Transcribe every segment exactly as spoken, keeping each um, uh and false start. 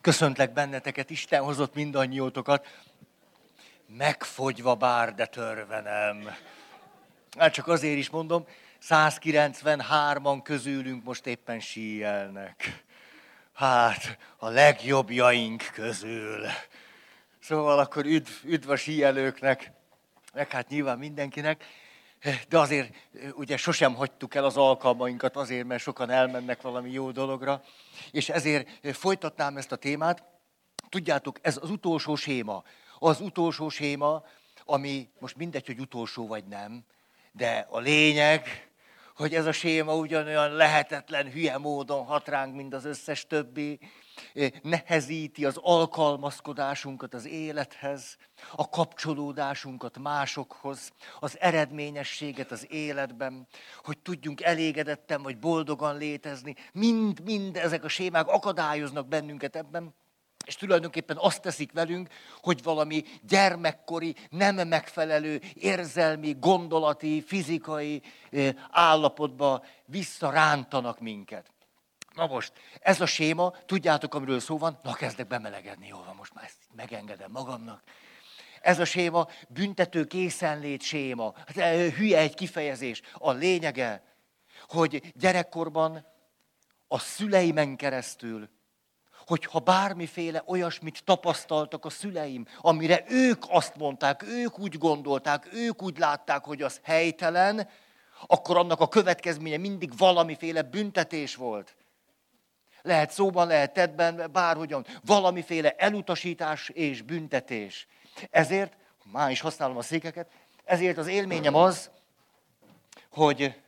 Köszöntlek benneteket, Isten hozott mindannyiótokat. Megfogyva bár, de törve nem. Hát csak azért is mondom, százkilencvenhárman közülünk most éppen síelnek. Hát, a legjobbjaink közül. Szóval akkor üdv, üdv a síelőknek, meg hát nyilván mindenkinek. De azért ugye sosem hagytuk el az alkalmainkat azért, mert sokan elmennek valami jó dologra. És ezért folytatnám ezt a témát. Tudjátok, ez az utolsó séma. Az utolsó séma, ami most mindegy, hogy utolsó vagy nem, de a lényeg, hogy ez a séma ugyanolyan lehetetlen, hülye módon hat ránk, mint az összes többi, nehezíti az alkalmazkodásunkat az élethez, a kapcsolódásunkat másokhoz, az eredményességet az életben, hogy tudjunk elégedetten vagy boldogan létezni. Mind, mind ezek a sémák akadályoznak bennünket ebben, és tulajdonképpen azt teszik velünk, hogy valami gyermekkori, nem megfelelő érzelmi, gondolati, fizikai állapotba visszarántanak minket. Na most, ez a séma, tudjátok, amiről szó van? Na, kezdek bemelegedni, jól van, most már ezt megengedem magamnak. Ez a séma büntető készenlét séma. Hát, hülye egy kifejezés. A lényege, hogy gyerekkorban a szüleimen keresztül, hogyha bármiféle olyasmit tapasztaltak a szüleim, amire ők azt mondták, ők úgy gondolták, ők úgy látták, hogy az helytelen, akkor annak a következménye mindig valamiféle büntetés volt. Lehet szóban, lehet tettben, bárhogyan, valamiféle elutasítás és büntetés. Ezért, már is használom a székeket, ezért az élményem az, hogy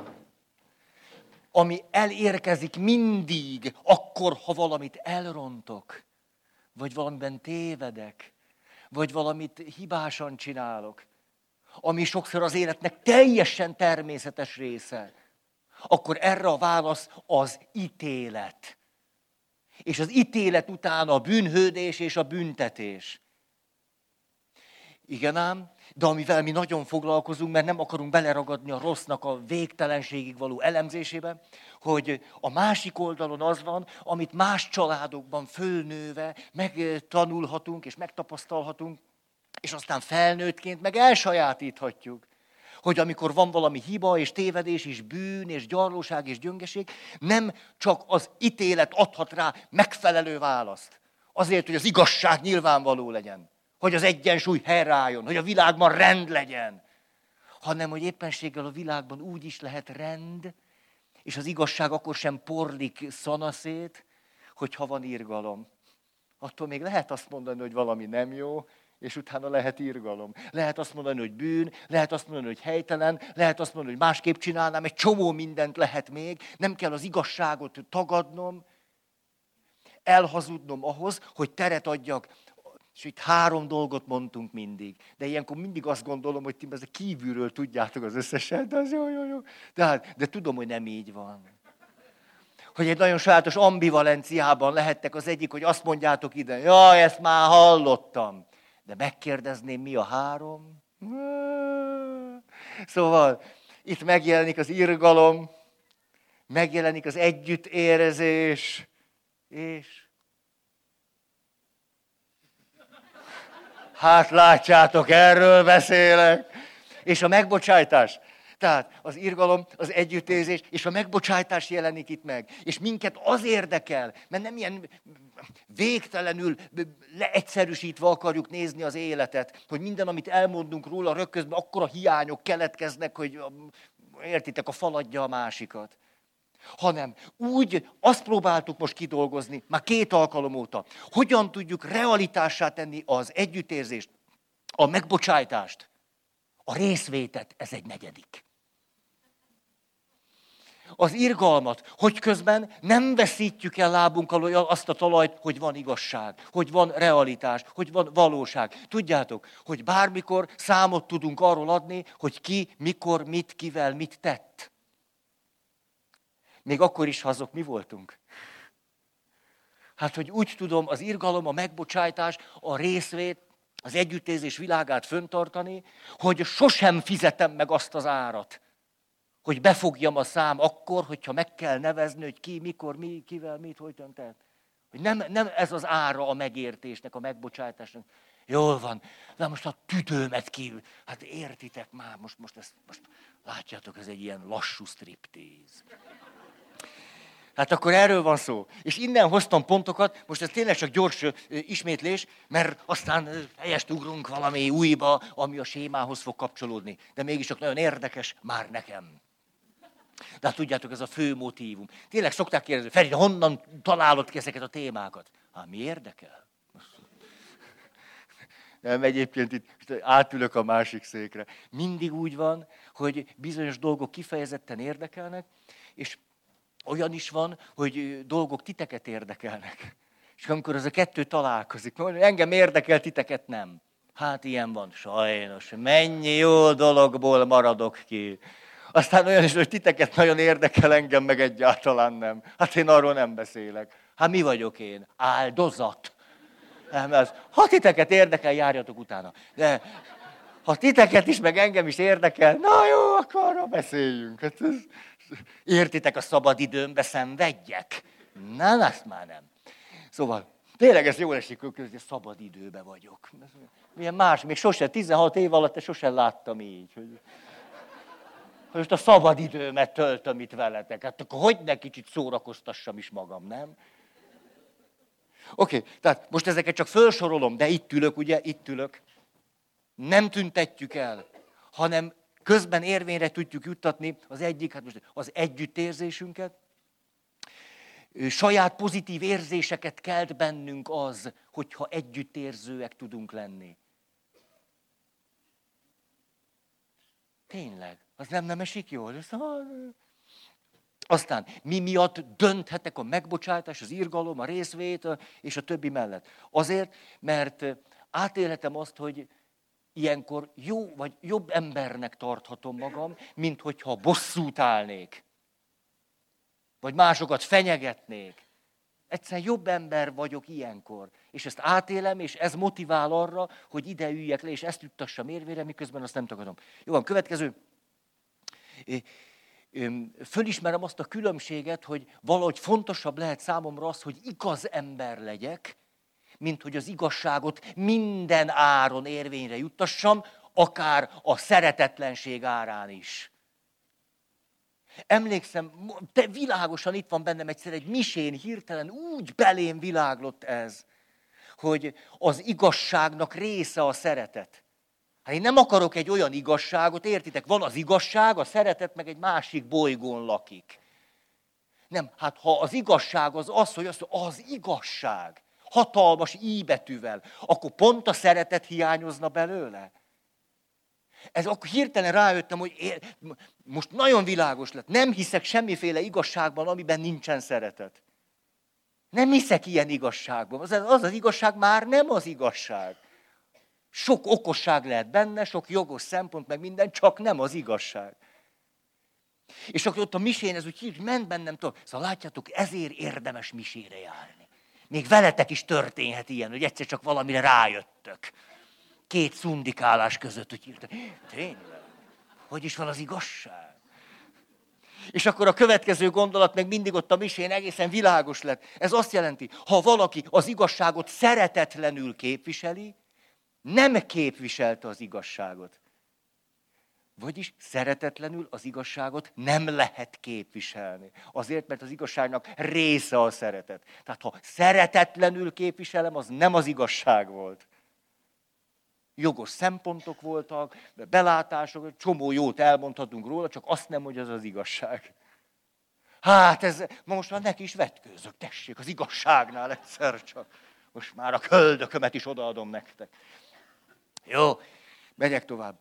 ami elérkezik mindig, akkor, ha valamit elrontok, vagy valamiben tévedek, vagy valamit hibásan csinálok, ami sokszor az életnek teljesen természetes része, akkor erre a válasz az ítélet. És az ítélet után a bűnhődés és a büntetés. Igen ám, de amivel mi nagyon foglalkozunk, mert nem akarunk beleragadni a rossznak a végtelenségig való elemzésébe, hogy a másik oldalon az van, amit más családokban fölnőve megtanulhatunk és megtapasztalhatunk, és aztán felnőttként meg elsajátíthatjuk. Hogy amikor van valami hiba és tévedés és bűn és gyarlóság és gyöngeség, nem csak az ítélet adhat rá megfelelő választ. Azért, hogy az igazság nyilvánvaló legyen. Hogy az egyensúly helyreálljon, hogy a világban rend legyen. Hanem, hogy éppenséggel a világban úgy is lehet rend, és az igazság akkor sem porlik szanaszét, hogyha van irgalom. Attól még lehet azt mondani, hogy valami nem jó, és utána lehet irgalom. Lehet azt mondani, hogy bűn, lehet azt mondani, hogy helytelen, lehet azt mondani, hogy másképp csinálnám, egy csomó mindent lehet még, nem kell az igazságot tagadnom, elhazudnom ahhoz, hogy teret adjak. És itt három dolgot mondtunk mindig. De ilyenkor mindig azt gondolom, hogy ti ezek kívülről tudjátok az összeset, de az jó, jó, jó. De, hát, de tudom, hogy nem így van. Hogy egy nagyon sajátos ambivalenciában lehettek az egyik, hogy azt mondjátok ide, jaj, ezt már hallottam. De megkérdezném, mi a három? Szóval itt megjelenik az irgalom, megjelenik az együttérzés, és hát látjátok, erről beszélek. És a megbocsájtás. Tehát az irgalom, az együttérzés és a megbocsájtás jelenik itt meg. És minket az érdekel, mert nem ilyen végtelenül leegyszerűsítve akarjuk nézni az életet, hogy minden, amit elmondunk róla, rökközben akkora hiányok keletkeznek, hogy értitek, a fal adja a másikat. Hanem úgy azt próbáltuk most kidolgozni, már két alkalom óta, hogyan tudjuk realitássá tenni az együttérzést, a megbocsájtást, a részvétet, ez egy negyedik. Az irgalmat, hogy közben nem veszítjük el lábunk alól azt a talajt, hogy van igazság, hogy van realitás, hogy van valóság. Tudjátok, hogy bármikor számot tudunk arról adni, hogy ki, mikor, mit, kivel, mit tett. Még akkor is, ha azok mi voltunk. Hát, hogy úgy tudom, az irgalom, a megbocsájtás, a részvét, az együttérzés világát föntartani, hogy sosem fizetem meg azt az árat, hogy befogjam a szám akkor, hogyha meg kell nevezni, hogy ki, mikor, mi, kivel, mit, hogyan tett. Hogy nem, nem ez az ára a megértésnek, a megbocsátásnak. Jól van, de most a tüdőmet kívül. Hát értitek már, most, most ezt, most látjátok, ez egy ilyen lassú striptease. Hát akkor erről van szó. És innen hoztam pontokat, most ez tényleg csak gyors ismétlés, mert aztán helyest ugrunk valami újba, ami a sémához fog kapcsolódni. De mégis csak nagyon érdekes már nekem. De hát tudjátok, ez a fő motívum. Tényleg szokták kérdezni, Feri, de honnan találod ki ezeket a témákat? Hát mi érdekel? Nem, egyébként itt átülök a másik székre. Mindig úgy van, hogy bizonyos dolgok kifejezetten érdekelnek, és olyan is van, hogy dolgok titeket érdekelnek. És amikor ez a kettő találkozik, engem érdekel, titeket nem. Hát ilyen van, sajnos. Mennyi jó dologból maradok ki. Aztán olyan is, hogy titeket nagyon érdekel, engem meg egyáltalán nem. Hát én arról nem beszélek. Hát mi vagyok én? Áldozat. Nem, ez, ha titeket érdekel, járjatok utána. De ha titeket is, meg engem is érdekel, na jó, akkor arról beszéljünk. Hát ez, értitek, a szabad időmbe szenvedjek? Nem, ezt már nem. Szóval, tényleg ez jól esik, hogy szabad időben vagyok. Milyen más, még sose, tizenhat év alatt sosem láttam így. Hogy, hogy most a szabad időmet töltöm itt veletek. Hát akkor hogy ne kicsit szórakoztassam is magam, nem? Oké, okay, tehát most ezeket csak felsorolom, de itt ülök, ugye, itt ülök. Nem tüntetjük el, hanem közben érvényre tudjuk juttatni az egyik, hát most az együttérzésünket. Saját pozitív érzéseket kelt bennünk az, hogyha együttérzőek tudunk lenni. Tényleg, az nem nem esik jól? Aztán mi miatt dönthetek a megbocsátás, az irgalom, a részvét és a többi mellett? Azért, mert átélhetem azt, hogy ilyenkor jó vagy jobb embernek tarthatom magam, mint hogyha bosszút állnék. Vagy másokat fenyegetnék. Egyszerűen jobb ember vagyok ilyenkor. És ezt átélem, és ez motivál arra, hogy ide üljek le, és ezt juttassam érvére, miközben azt nem tagadom. Jó van, következő. Fölismerem azt a különbséget, hogy valahogy fontosabb lehet számomra az, hogy igaz ember legyek, mint hogy az igazságot minden áron érvényre juttassam, akár a szeretetlenség árán is. Emlékszem, te világosan itt van bennem egyszer egy misén, hirtelen úgy belém világlott ez, hogy az igazságnak része a szeretet. Hát én nem akarok egy olyan igazságot, értitek? Van az igazság, a szeretet meg egy másik bolygón lakik. Nem, hát ha az igazság az az, hogy az, az igazság, hatalmas i betűvel, akkor pont a szeretet hiányozna belőle. Ez akkor hirtelen rájöttem, hogy ér, most nagyon világos lett. Nem hiszek semmiféle igazságban, amiben nincsen szeretet. Nem hiszek ilyen igazságban. Az az, az igazság már nem az igazság. Sok okosság lehet benne, sok jogos szempont, meg minden, csak nem az igazság. És akkor ott a misén ez úgy ment bennem tovább. Szóval látjátok, ezért érdemes misére járni. Még veletek is történhet ilyen, hogy egyszer csak valamire rájöttök. Két szundikálás között, hogy írtak. Tényleg? Hogy is van az igazság? És akkor a következő gondolat meg mindig ott a misén egészen világos lett. Ez azt jelenti, ha valaki az igazságot szeretetlenül képviseli, nem képviselte az igazságot. Vagyis szeretetlenül az igazságot nem lehet képviselni. Azért, mert az igazságnak része a szeretet. Tehát ha szeretetlenül képviselem, az nem az igazság volt. Jogos szempontok voltak, belátások, csomó jót elmondhatunk róla, csak azt nem, hogy az az igazság. Hát ez, most már neki is vetkőzök, tessék, az igazságnál egyszer csak. Most már a köldökömet is odaadom nektek. Jó, megyek tovább.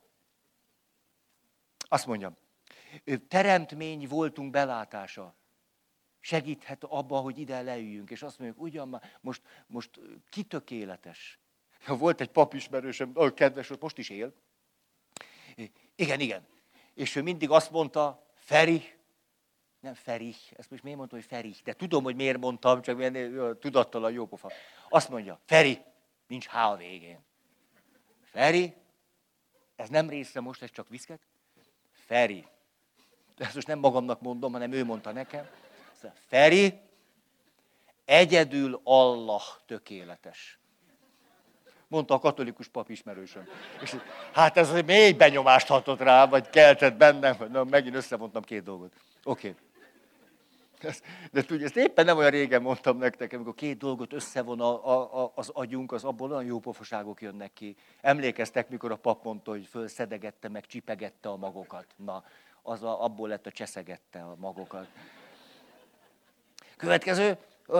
Azt mondjam, teremtmény voltunk belátása. Segíthet abban, hogy ide leüljünk, és azt mondjuk, ugyan már, most, most ki tökéletes? Volt egy papismerősöm, oh, kedves volt, most is él. Igen, igen. És ő mindig azt mondta, Feri, nem Feri, ezt most miért mondta, hogy Feri, de tudom, hogy miért mondtam, csak milyen tudattalan jópofa. Azt mondja, Feri, nincs H a végén. Feri, ez nem része most, ez csak viszket. Feri, ezt most nem magamnak mondom, hanem ő mondta nekem. Feri, Egyedül Allah tökéletes. Mondta a katolikus pap ismerősöm. És hát ez mély benyomást hatott rá, vagy keltett bennem, hogy na, megint összevontam két dolgot. Oké. Okay. De tudja, ezt éppen nem olyan régen mondtam nektek, amikor két dolgot összevon a, a, a, az agyunk, az abból olyan jó pofaságok jönnek ki. Emlékeztek, mikor a pap mondta, hogy fölszedegette, meg csipegette a magokat. Na, az a, abból lett a cseszegette a magokat. Következő,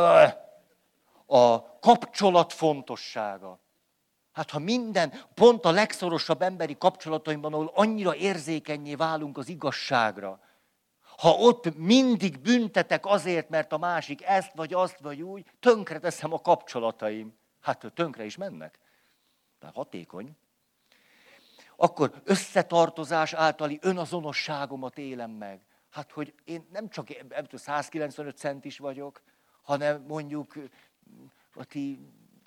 a kapcsolat fontossága. Hát ha minden, pont a legszorosabb emberi kapcsolatainkban, ahol annyira érzékenyé válunk az igazságra, ha ott mindig büntetek azért, mert a másik ezt vagy azt vagy úgy, tönkreteszem a kapcsolataim. Hát tönkre is mennek. De hatékony. Akkor összetartozás általi önazonosságomat élem meg. Hát, hogy én nem csak száz kilencvenöt centis vagyok, hanem mondjuk a ti...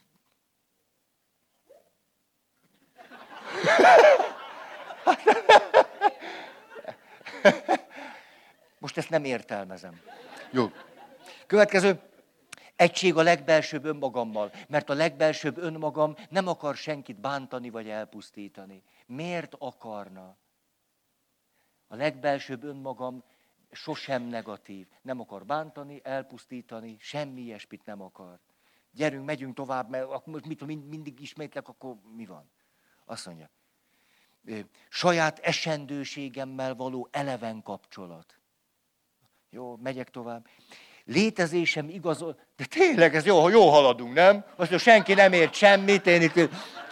Most ezt nem értelmezem. Jó. Következő. Egység a legbelsőbb önmagammal, mert a legbelsőbb önmagam nem akar senkit bántani vagy elpusztítani. Miért akarna? A legbelsőbb önmagam sosem negatív. Nem akar bántani, elpusztítani, semmi ilyesmit nem akar. Gyerünk, megyünk tovább, mert mit, mindig ismétlek, akkor mi van? Azt mondja, saját esendőségemmel való eleven kapcsolat. Jó, megyek tovább. Létezésem igazol... De tényleg, ez jó, jó haladunk, nem? Azt mondja, senki nem ért semmit, én itt...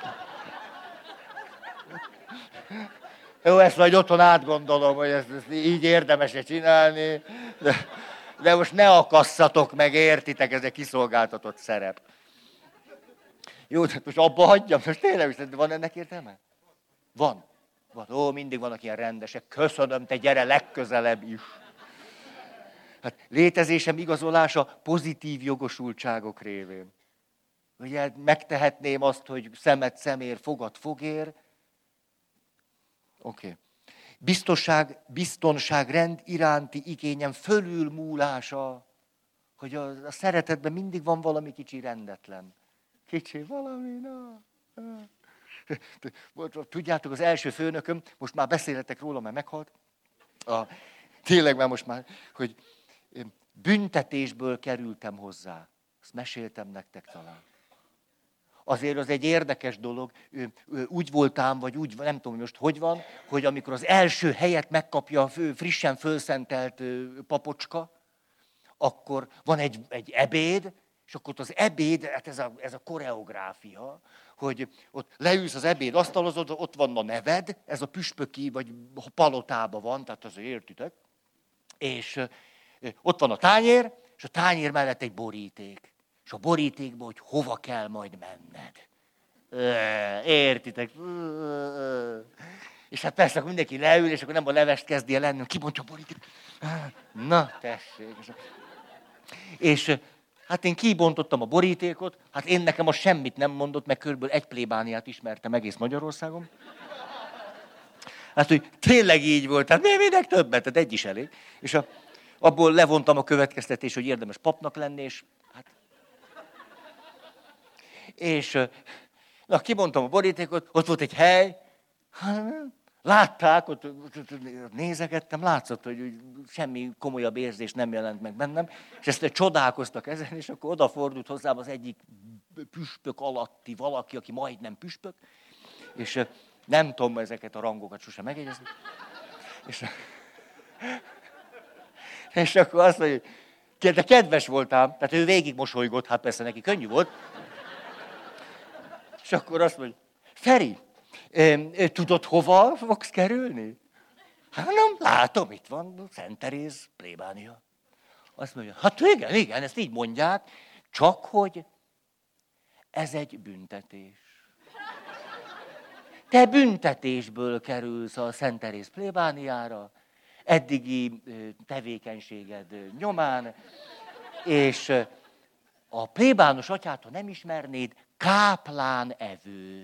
Jó, ezt majd otthon átgondolom, hogy ezt, ezt így érdemes-e csinálni. De, de most ne akasszatok meg, értitek, ez egy kiszolgáltatott szerep. Jó, de most abba hagyjam, most tényleg, van ennek értelme? Van. Van. Ó, mindig vannak ilyen rendesek. Köszönöm, te gyere legközelebb is. Hát létezésem igazolása pozitív jogosultságok révén. Ugye megtehetném azt, hogy szemet szemér, fogad fogér. Oké. Okay. Biztonság, biztonságrend iránti igényem fölülmúlása, hogy a, a szeretetben mindig van valami kicsi rendetlen. Kicsi valami, na. Tudjátok, az első főnököm, most már beszéletek róla, mert meghalt. A, tényleg már most már, hogy büntetésből kerültem hozzá. Azt meséltem nektek talán. Azért az egy érdekes dolog. Úgy voltám, vagy úgy, nem tudom, most hogy van, hogy amikor az első helyet megkapja a fő, frissen fölszentelt papocska, akkor van egy, egy ebéd, és akkor ott az ebéd, hát ez a, ez a koreográfia, hogy ott leülsz az ebéd asztalhoz, ott van a neved, ez a püspöki, vagy palotában van, tehát azért értitek, és ott van a tányér, és a tányér mellett egy boríték. És a borítékban, hogy hova kell majd menned. Értitek? És hát persze, akkor mindenki leül, és akkor nem a levest kezdi el lenni, kibontja a borítékot. Na, tessék. És hát én kibontottam a borítékot, hát én nekem most semmit nem mondott, meg körülbelül egy plébániát ismertem egész Magyarországon. Hát, hogy tényleg így volt, tehát mi minek többet, tehát egy is elég. És a, abból levontam a következtetést, hogy érdemes papnak lenni, és hát... És na, kibontam a borítékot, ott volt egy hely, látták, ott, ott nézegettem, látszott, hogy semmi komolyabb érzés nem jelent meg bennem, és ezt csodálkoztak ezen, és akkor odafordult hozzám az egyik püspök alatti valaki, aki majdnem püspök, és nem tudom ezeket a rangokat sosem megjegyezni. És, és akkor azt mondja, hogy de kedves voltál, tehát ő végig mosolygott, hát persze neki könnyű volt. És akkor azt mondja, Feri, tudod, hova fogsz kerülni? Hát nem, látom, itt van Szent Teréz, plébánia. Azt mondja, hát igen, igen, ezt így mondják, csak hogy ez egy büntetés. Te büntetésből kerülsz a Szent Teréz plébániára, eddigi tevékenységed nyomán, és a plébános atyát, ha nem ismernéd, káplán evő.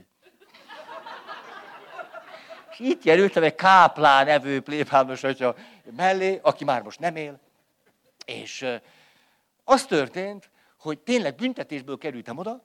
És itt jelöltem egy káplán evő plébános atya mellé, aki már most nem él. És az történt, hogy tényleg büntetésből kerültem oda,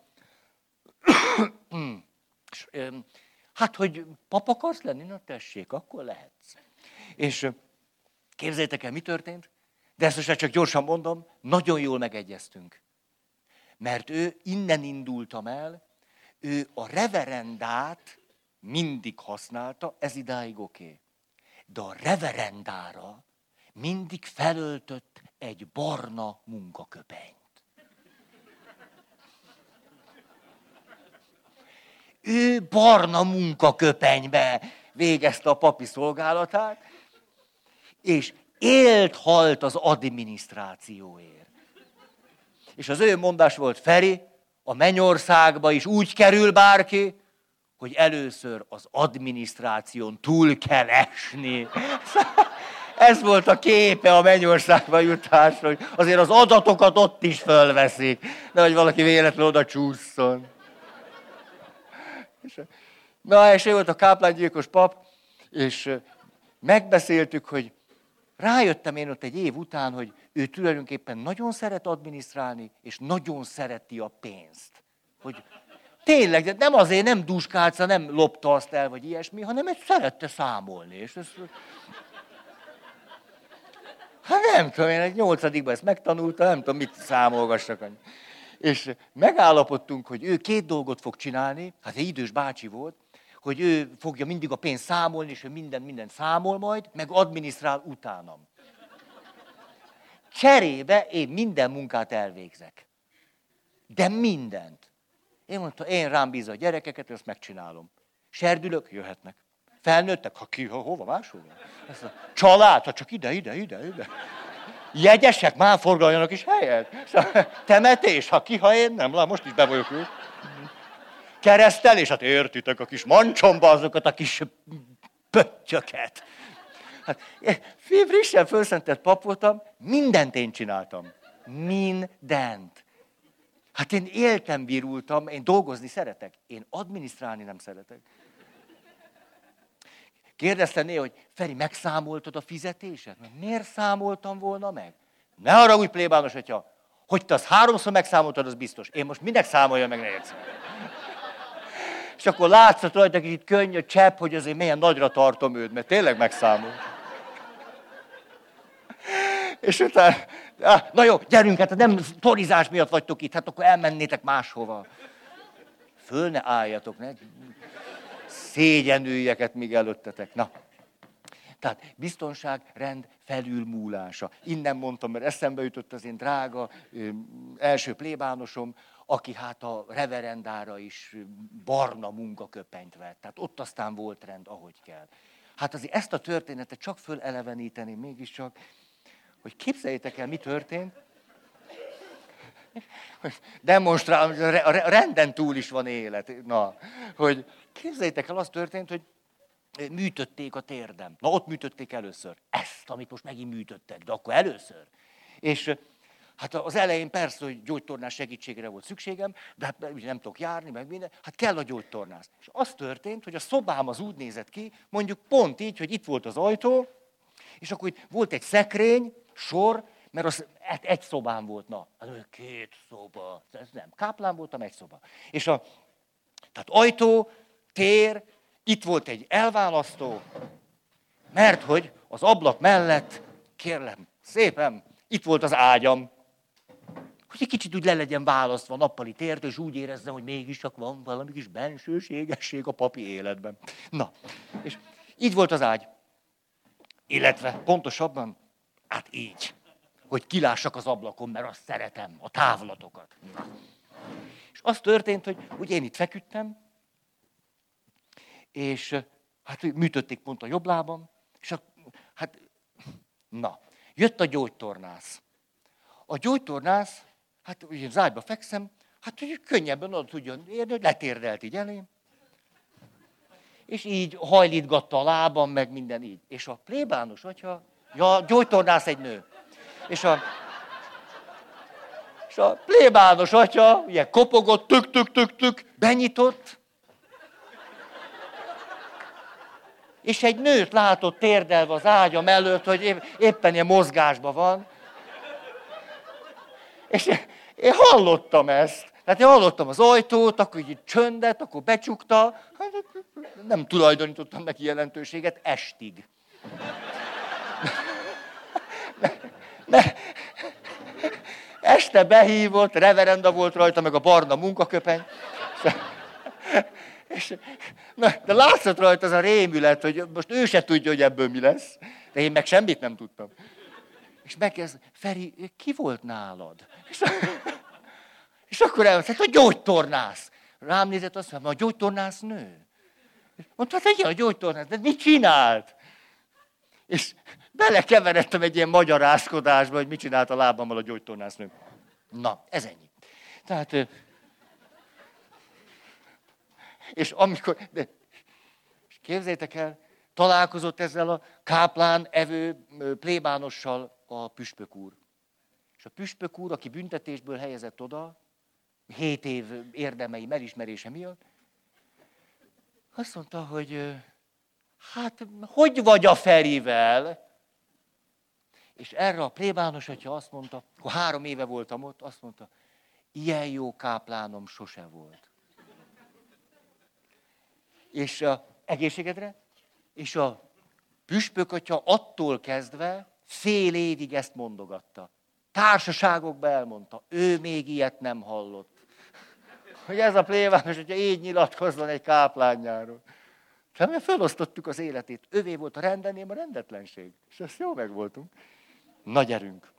és, hát, hogy pap akarsz lenni? Na tessék, akkor lehetsz. És képzeljétek el, mi történt? De ezt most csak gyorsan mondom, nagyon jól megegyeztünk. Mert ő innen indultam el, ő a reverendát mindig használta, ez idáig oké. Okay. De a reverendára mindig felöltött egy barna munkaköpenyt. Ő barna munkaköpenybe végezte a papi szolgálatát, és élt-halt az adminisztrációért. És az ő mondás volt, Feri, a mennyországba is úgy kerül bárki, hogy először az adminisztráción túl kell esni. Ez volt a képe a mennyországba jutásra, hogy azért az adatokat ott is fölveszik, nehogy valaki véletlenül oda csúszson. Na, és ő volt a káplángyilkos pap, és megbeszéltük, hogy rájöttem én ott egy év után, hogy ő tulajdonképpen nagyon szeret adminisztrálni, és nagyon szereti a pénzt. Hogy tényleg, de nem azért, nem duskálca, nem lopta azt el, vagy ilyesmi, hanem egy szerette számolni. És ez... Hát nem tudom, én egy nyolcadikban ezt megtanultam, nem tudom, mit számolgassak. És megállapodtunk, hogy ő két dolgot fog csinálni, hát egy idős bácsi volt, hogy ő fogja mindig a pénzt számolni, és ő minden, minden számol majd, meg adminisztrál utánam. Cserébe én minden munkát elvégzek. De mindent. Én mondtam, én rám bízom a gyerekeket, ezt megcsinálom. Serdülök, jöhetnek. Felnőttek, ha ki, ha hova, máshova. Család, ha csak ide, ide, ide, ide. Jegyesek, már forgaljanak is helyet. Temetés, ha ki, ha én nem, lá, most is be vagyok ők. Keresztelés, hát értitek a kis mancsomba azokat a kis pöttyöket. Hát, frissen fölszentett pap voltam, mindent én csináltam. Mindent. Hát én éltem, virultam, én dolgozni szeretek. Én adminisztrálni nem szeretek. Kérdezte néha, hogy Feri, megszámoltad a fizetésed? Miért számoltam volna meg? Ne haragudj, plébános atya, hogy te azt háromszor megszámoltad, az biztos. Én most minek számolja meg negyedszer? És akkor látszott rajta kicsit könnyű csepp, hogy azért milyen nagyra tartom őt, mert tényleg megszámol. És utána, na jó, gyerünk, hát nem torizás miatt vagytok itt, hát akkor elmennétek máshova. Föl ne álljatok, ne? Szégyenüljeket még előttetek. Na, tehát biztonság, rend, felülmúlása. Innen mondtam, mert eszembe jutott az én drága ö, első plébánosom, aki hát a reverendára is barna munkaköpenyt vett. Tehát ott aztán volt rend, ahogy kell. Hát azért ezt a történetet csak föleleveníteni mégiscsak, hogy képzeljétek el, mi történt. Demonstrál, a renden túl is van élet. Na, hogy képzeljétek el, az történt, hogy műtötték a térdem. Na, ott műtötték először. Ezt, amit most megint műtöttek, de akkor először. És hát az elején persze, hogy gyógytornás segítségre volt szükségem, de hát nem tudok járni, meg minden, hát kell a gyógytornász. És az történt, hogy a szobám az úgy nézett ki, mondjuk pont így, hogy itt volt az ajtó, és akkor itt volt egy szekrény, sor, mert az egy szobám volt, na, két szoba, ez nem, káplán voltam, egy szoba. És a, tehát ajtó, tér, itt volt egy elválasztó, mert hogy az ablak mellett, kérlem, szépen, itt volt az ágyam, hogy egy kicsit úgy le legyen választva a nappali tértől, és úgy érezzem, hogy mégis csak van valami kis bensőségesség a papi életben. Na, és így volt az ágy. Illetve pontosabban, hát így, hogy kilássak az ablakon, mert azt szeretem, a távlatokat. Na. És az történt, hogy ugye én itt feküdtem, és hát műtötték pont a jobb lábam, és a, hát, na, jött a gyógytornász. A gyógytornász, hát ugye az ágyba fekszem, hát hogy könnyebben oda tudjon érni, hogy letérdelt így elém. És így hajlítgatta a lábam, meg minden így. És a plébános atya, ja, gyógytornász egy nő. És a, és a plébános atya, ugye kopogott, tük, tük, tük, tük, benyitott, és egy nőt látott térdelve az ágyam előtt, hogy éppen ilyen mozgásban van. És Én hallottam ezt. Tehát én hallottam az ajtót, akkor így csöndet, akkor becsukta. Nem tulajdonítottam neki jelentőséget estig. Ne, ne. Este behívott, reverenda volt rajta, meg a barna munkaköpeny. És, na, de látszott rajta az a rémület, hogy most ő se tudja, hogy ebből mi lesz. De én meg semmit nem tudtam. És megkezd, Feri, ki volt nálad? És, és akkor elmondta, hogy gyógytornász. Rám nézett, azt mondta, a gyógytornász nő. Mondta, hát igen, a gyógytornász, de mit csinált? És belekeveredtem egy ilyen magyarázkodásba, hogy mit csinált a lábammal a gyógytornász nő. Na, ez ennyi. Tehát, és amikor, de, és képzeljétek el, találkozott ezzel a káplán evő plébánossal a püspök úr. És a püspök úr, aki büntetésből helyezett oda, hét év érdemei megismerése miatt, azt mondta, hogy hát, hogy vagy a Ferivel? És erre a plébános atya azt mondta, akkor három éve voltam ott, azt mondta, ilyen jó káplánom sose volt. És a egészségedre, és a püspök atya attól kezdve fél évig ezt mondogatta. Társaságokba elmondta, ő még ilyet nem hallott. Hogy ez a plébános, hogyha így nyilatkozzon egy káplánjáról. Tehát felosztottuk az életét. Övé volt a rend, enyém a rendetlenség. És ezt jó megvoltunk. Na gyerünk.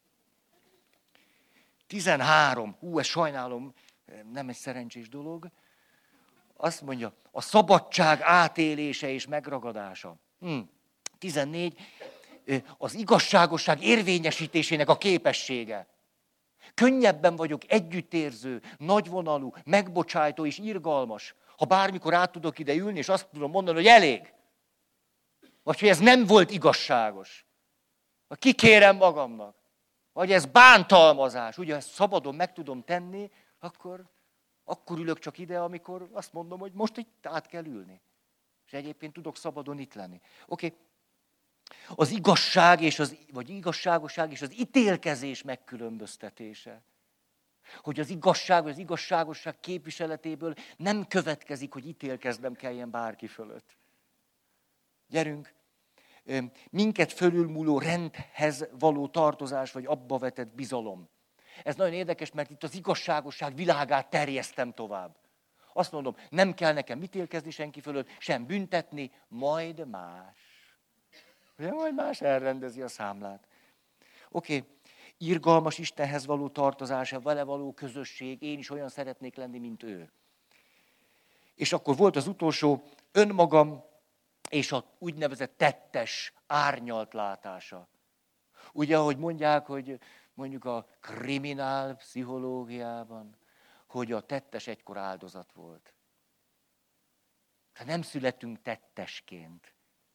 tizenhárom. Hú, ezt sajnálom, nem egy szerencsés dolog. Azt mondja, a szabadság átélése és megragadása. Hm. tizennégy. Az igazságosság érvényesítésének a képessége. Könnyebben vagyok együttérző, nagyvonalú, megbocsájtó és irgalmas, ha bármikor át tudok ide ülni, és azt tudom mondani, hogy elég. Vagy hogy ez nem volt igazságos. Vagy kikérem magamnak. Vagy ez bántalmazás. Ugye, ezt szabadon meg tudom tenni, akkor, akkor ülök csak ide, amikor azt mondom, hogy most itt át kell ülni. És egyébként tudok szabadon itt lenni. Oké. Okay. Az igazság, és az, vagy igazságosság és az ítélkezés megkülönböztetése. Hogy az igazság, vagy az igazságosság képviseletéből nem következik, hogy ítélkeznem kelljen bárki fölött. Gyerünk, minket fölülmúló rendhez való tartozás, vagy abba vetett bizalom. Ez nagyon érdekes, mert itt az igazságosság világát terjesztem tovább. Azt mondom, nem kell nekem ítélkezni senki fölött, sem büntetni, majd más. Ugye, majd más elrendezi a számlát. Oké, okay. Irgalmas Istenhez való tartozása, vele való közösség, én is olyan szeretnék lenni, mint ő. És akkor volt az utolsó, önmagam és a úgynevezett tettes, árnyalt látása. Ugye, ahogy mondják, hogy mondjuk a kriminál pszichológiában, hogy a tettes egykor áldozat volt. Tehát nem születünk tettesként.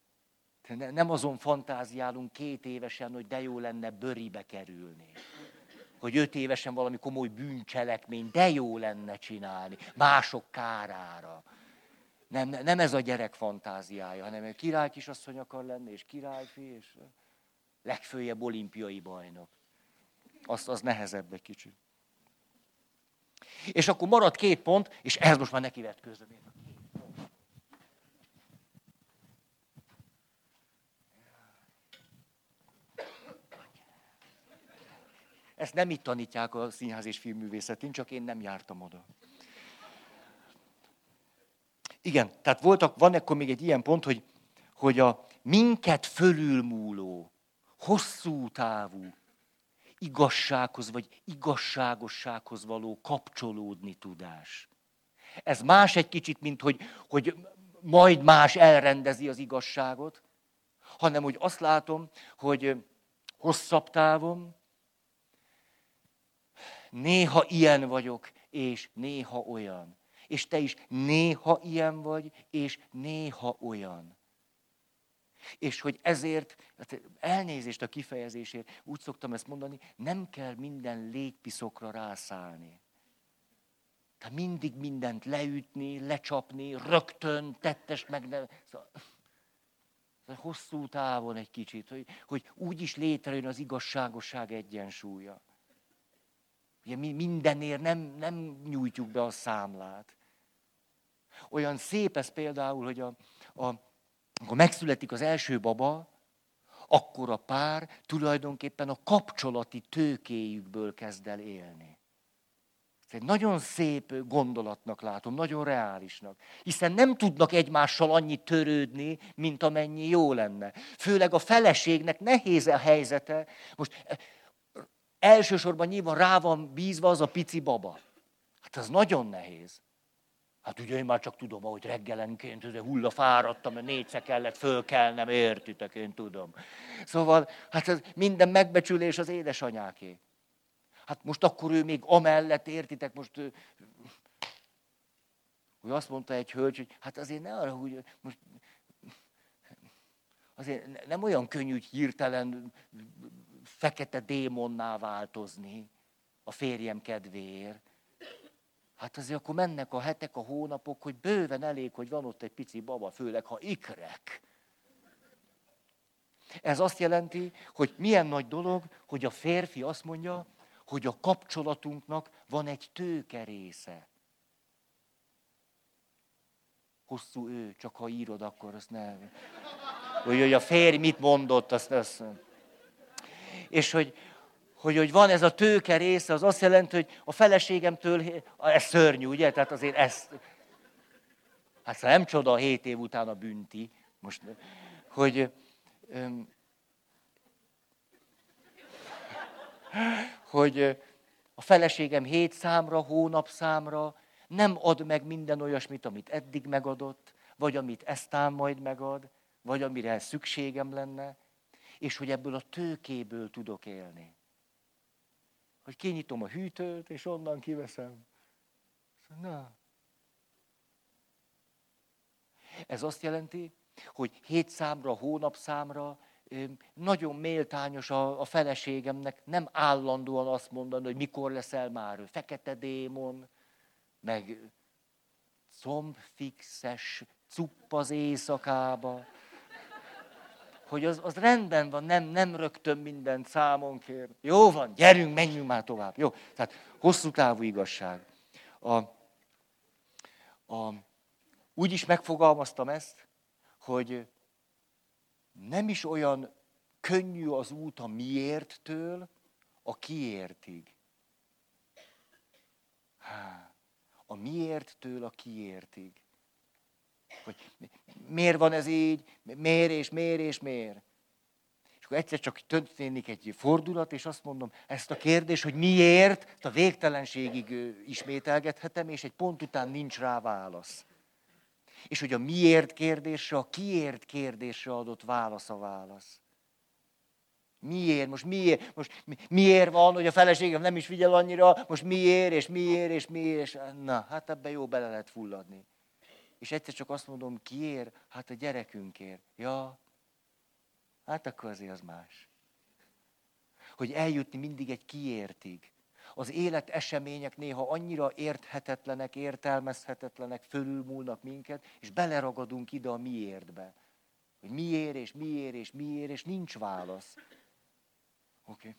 Nem azon fantáziálunk két évesen, hogy de jó lenne bőribe kerülni. Hogy öt évesen valami komoly bűncselekmény, de jó lenne csinálni, mások kárára. Nem, nem ez a gyerek fantáziája, hanem király kisasszony akar lenni, és királyfi, és legfőjebb olimpiai bajnok. Az, az nehezebb egy kicsit. És akkor marad két pont, és ehhez most már nekivetkőzöm én. Ezt nem itt tanítják a színház és filmművészetén, csak én nem jártam oda. Igen, tehát voltak, van akkor még egy ilyen pont, hogy, hogy a minket fölülmúló, hosszú távú igazsághoz vagy igazságossághoz való kapcsolódni tudás. Ez más egy kicsit, mint hogy, hogy majd más elrendezi az igazságot, hanem hogy azt látom, hogy hosszabb távon, néha ilyen vagyok, és néha olyan. És te is néha ilyen vagy, és néha olyan. És hogy ezért, elnézést a kifejezésért, úgy szoktam ezt mondani, nem kell minden légpiszokra rászállni. Tehát mindig mindent leütni, lecsapni, rögtön, tettest meg ne... Szóval, hosszú távon egy kicsit, hogy, hogy úgy is létrejön az igazságosság egyensúlya. Ugye mi mindenért nem, nem nyújtjuk be a számlát. Olyan szép ez például, hogy a, a, amikor megszületik az első baba, akkor a pár tulajdonképpen a kapcsolati tőkéjükből kezd el élni. Ez egy nagyon szép gondolatnak látom, nagyon reálisnak. Hiszen nem tudnak egymással annyit törődni, mint amennyi jó lenne. Főleg a feleségnek nehéz a helyzete. Most elsősorban nyilván rá van bízva az a pici baba. Hát az nagyon nehéz. Hát ugye én már csak tudom, ahogy reggelenként hulla fáradtam, mert négyszer kellett fölkelnem, értitek, én tudom. Szóval, hát ez minden megbecsülés az édesanyáké. Hát most akkor ő még amellett, értitek, most, hogy azt mondta egy hölgy, hogy hát azért ne arra, hogy most azért nem olyan könnyű hirtelen fekete démonná változni a férjem kedvéért. Hát azért akkor mennek a hetek, a hónapok, hogy bőven elég, hogy van ott egy pici baba, főleg ha ikrek. Ez azt jelenti, hogy milyen nagy dolog, hogy a férfi azt mondja, hogy a kapcsolatunknak van egy tőke része. Hosszú ő, csak ha írod, akkor azt nem. Hogy a férj mit mondott, azt, azt. És hogy, hogy, hogy van ez a tőke része, az azt jelenti, hogy a feleségemtől, ez szörnyű, ugye? Tehát azért ezt, hát nem csoda a hét év után a bünti, most, hogy, hogy a feleségem hét számra, hónap számra nem ad meg minden olyasmit, amit eddig megadott, vagy amit eztán majd megad, vagy amire szükségem lenne, és hogy ebből a tőkéből tudok élni. Hogy kinyitom a hűtőt, és onnan kiveszem. Na. Ez azt jelenti, hogy hét számra, hónap számra nagyon méltányos a, a feleségemnek nem állandóan azt mondani, hogy mikor leszel már fekete démon, meg combfixes cupp az éjszakába. Hogy az, az rendben van, nem, nem rögtön mindent számon kér. Jó van, gyerünk, menjünk már tovább. Jó, tehát hosszú távú igazság. A, a, úgy is megfogalmaztam ezt, hogy nem is olyan könnyű az út a miérttől a kiértig. Há, a miérttől a kiértig. Hogy miért van ez így, miért és miért és miért. És akkor egyszer csak történik egy fordulat, és azt mondom, ezt a kérdést, hogy miért, ezt a végtelenségig ismételgethetem, és egy pont után nincs rá válasz. És hogy a miért kérdésre, a kiért kérdésre adott válasz a válasz. Miért? Most miért? Most miért van, hogy a feleségem nem is figyel annyira? Most miért, és miért, és miért? És... Na, hát ebben jó bele lehet fulladni. És egyszer csak azt mondom, kiért? Hát a gyerekünkért. Ja, hát akkor azért az más. Hogy eljutni mindig egy kiértig. Az élet események néha annyira érthetetlenek, értelmezhetetlenek, fölülmúlnak minket, és beleragadunk ide a miértbe. Hogy miért, és miért, és miért, és nincs válasz. Oké.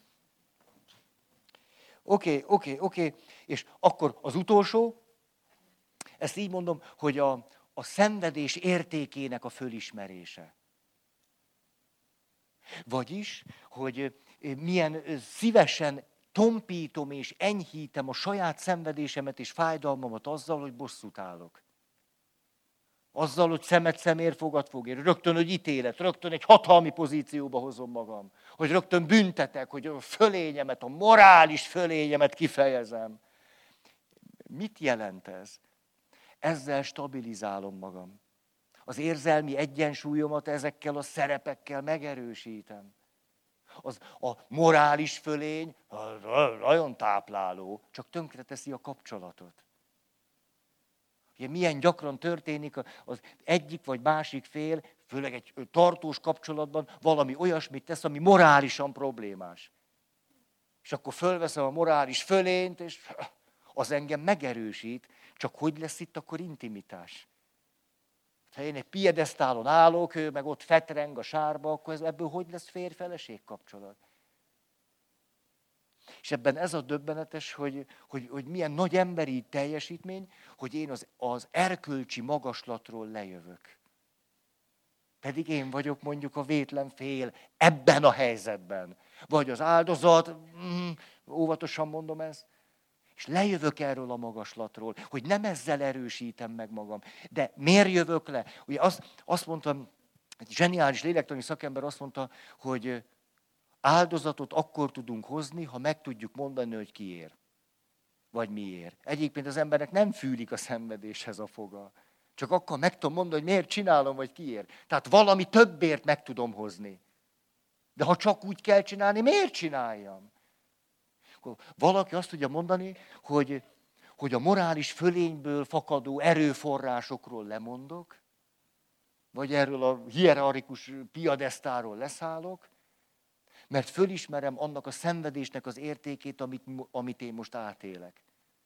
Oké, oké, oké. És akkor az utolsó, ezt így mondom, hogy a, a szenvedés értékének a fölismerése. Vagyis, hogy milyen szívesen tompítom és enyhítem a saját szenvedésemet és fájdalmamat azzal, hogy bosszút állok. Azzal, hogy szemet szemért, fogad fogért. Rögtön, hogy ítélet, rögtön egy hatalmi pozícióba hozom magam. Hogy rögtön büntetek, hogy a fölényemet, a morális fölényemet kifejezem. Mit jelent ez? Ezzel stabilizálom magam. Az érzelmi egyensúlyomat ezekkel a szerepekkel megerősítem. Az, a morális fölény nagyon tápláló, csak tönkreteszi a kapcsolatot. Ugye milyen gyakran történik az egyik vagy másik fél, főleg egy tartós kapcsolatban valami olyasmit tesz, ami morálisan problémás. És akkor fölveszem a morális fölényt, és az engem megerősít, csak hogy lesz itt akkor intimitás? Ha én egy piedesztálon állok, ő meg ott fetreng a sárba, akkor ez, ebből hogy lesz férj-feleség kapcsolat? És ebben ez a döbbenetes, hogy, hogy, hogy milyen nagy emberi teljesítmény, hogy én az, az erkölcsi magaslatról lejövök. Pedig én vagyok mondjuk a vétlen fél ebben a helyzetben. Vagy az áldozat, mm, óvatosan mondom ezt, és lejövök erről a magaslatról, hogy nem ezzel erősítem meg magam. De miért jövök le? Ugye azt, azt mondtam, egy zseniális lélektani szakember azt mondta, hogy áldozatot akkor tudunk hozni, ha meg tudjuk mondani, hogy kiért. Vagy miért. Egyébként az embernek nem fűlik a szenvedéshez a foga. Csak akkor meg tudom mondani, hogy miért csinálom, vagy kiért. Tehát valami többért meg tudom hozni. De ha csak úgy kell csinálni, miért csináljam? Valaki azt tudja mondani, hogy, hogy a morális fölényből fakadó erőforrásokról lemondok, vagy erről a hierarchikus piadesztáról leszállok, mert fölismerem annak a szenvedésnek az értékét, amit, amit én most átélek.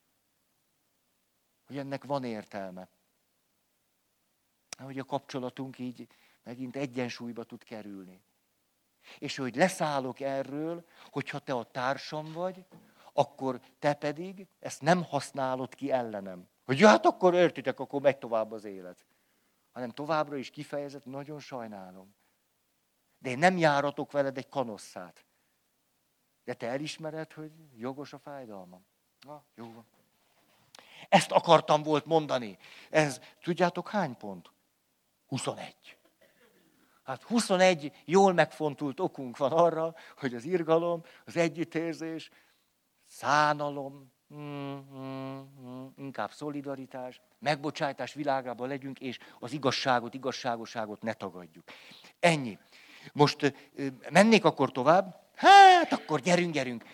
Hogy ennek van értelme. Hogy a kapcsolatunk így megint egyensúlyba tud kerülni. És hogy leszállok erről, hogyha te a társam vagy, akkor te pedig ezt nem használod ki ellenem. Hogy ja, hát akkor értitek, akkor megy tovább az élet. Hanem továbbra is kifejezett, nagyon sajnálom. De én nem járatok veled egy kanosszát. De te elismered, hogy jogos a fájdalmam. Na, jó van. Ezt akartam volt mondani. Ez, tudjátok hány pont? huszonegy. Hát huszonegy jól megfontult okunk van arra, hogy az irgalom, az együttérzés, szánalom, mm, mm, mm, inkább szolidaritás, megbocsátás világában legyünk, és az igazságot, igazságosságot ne tagadjuk. Ennyi. Most mennék akkor tovább? Hát, akkor gyerünk, gyerünk.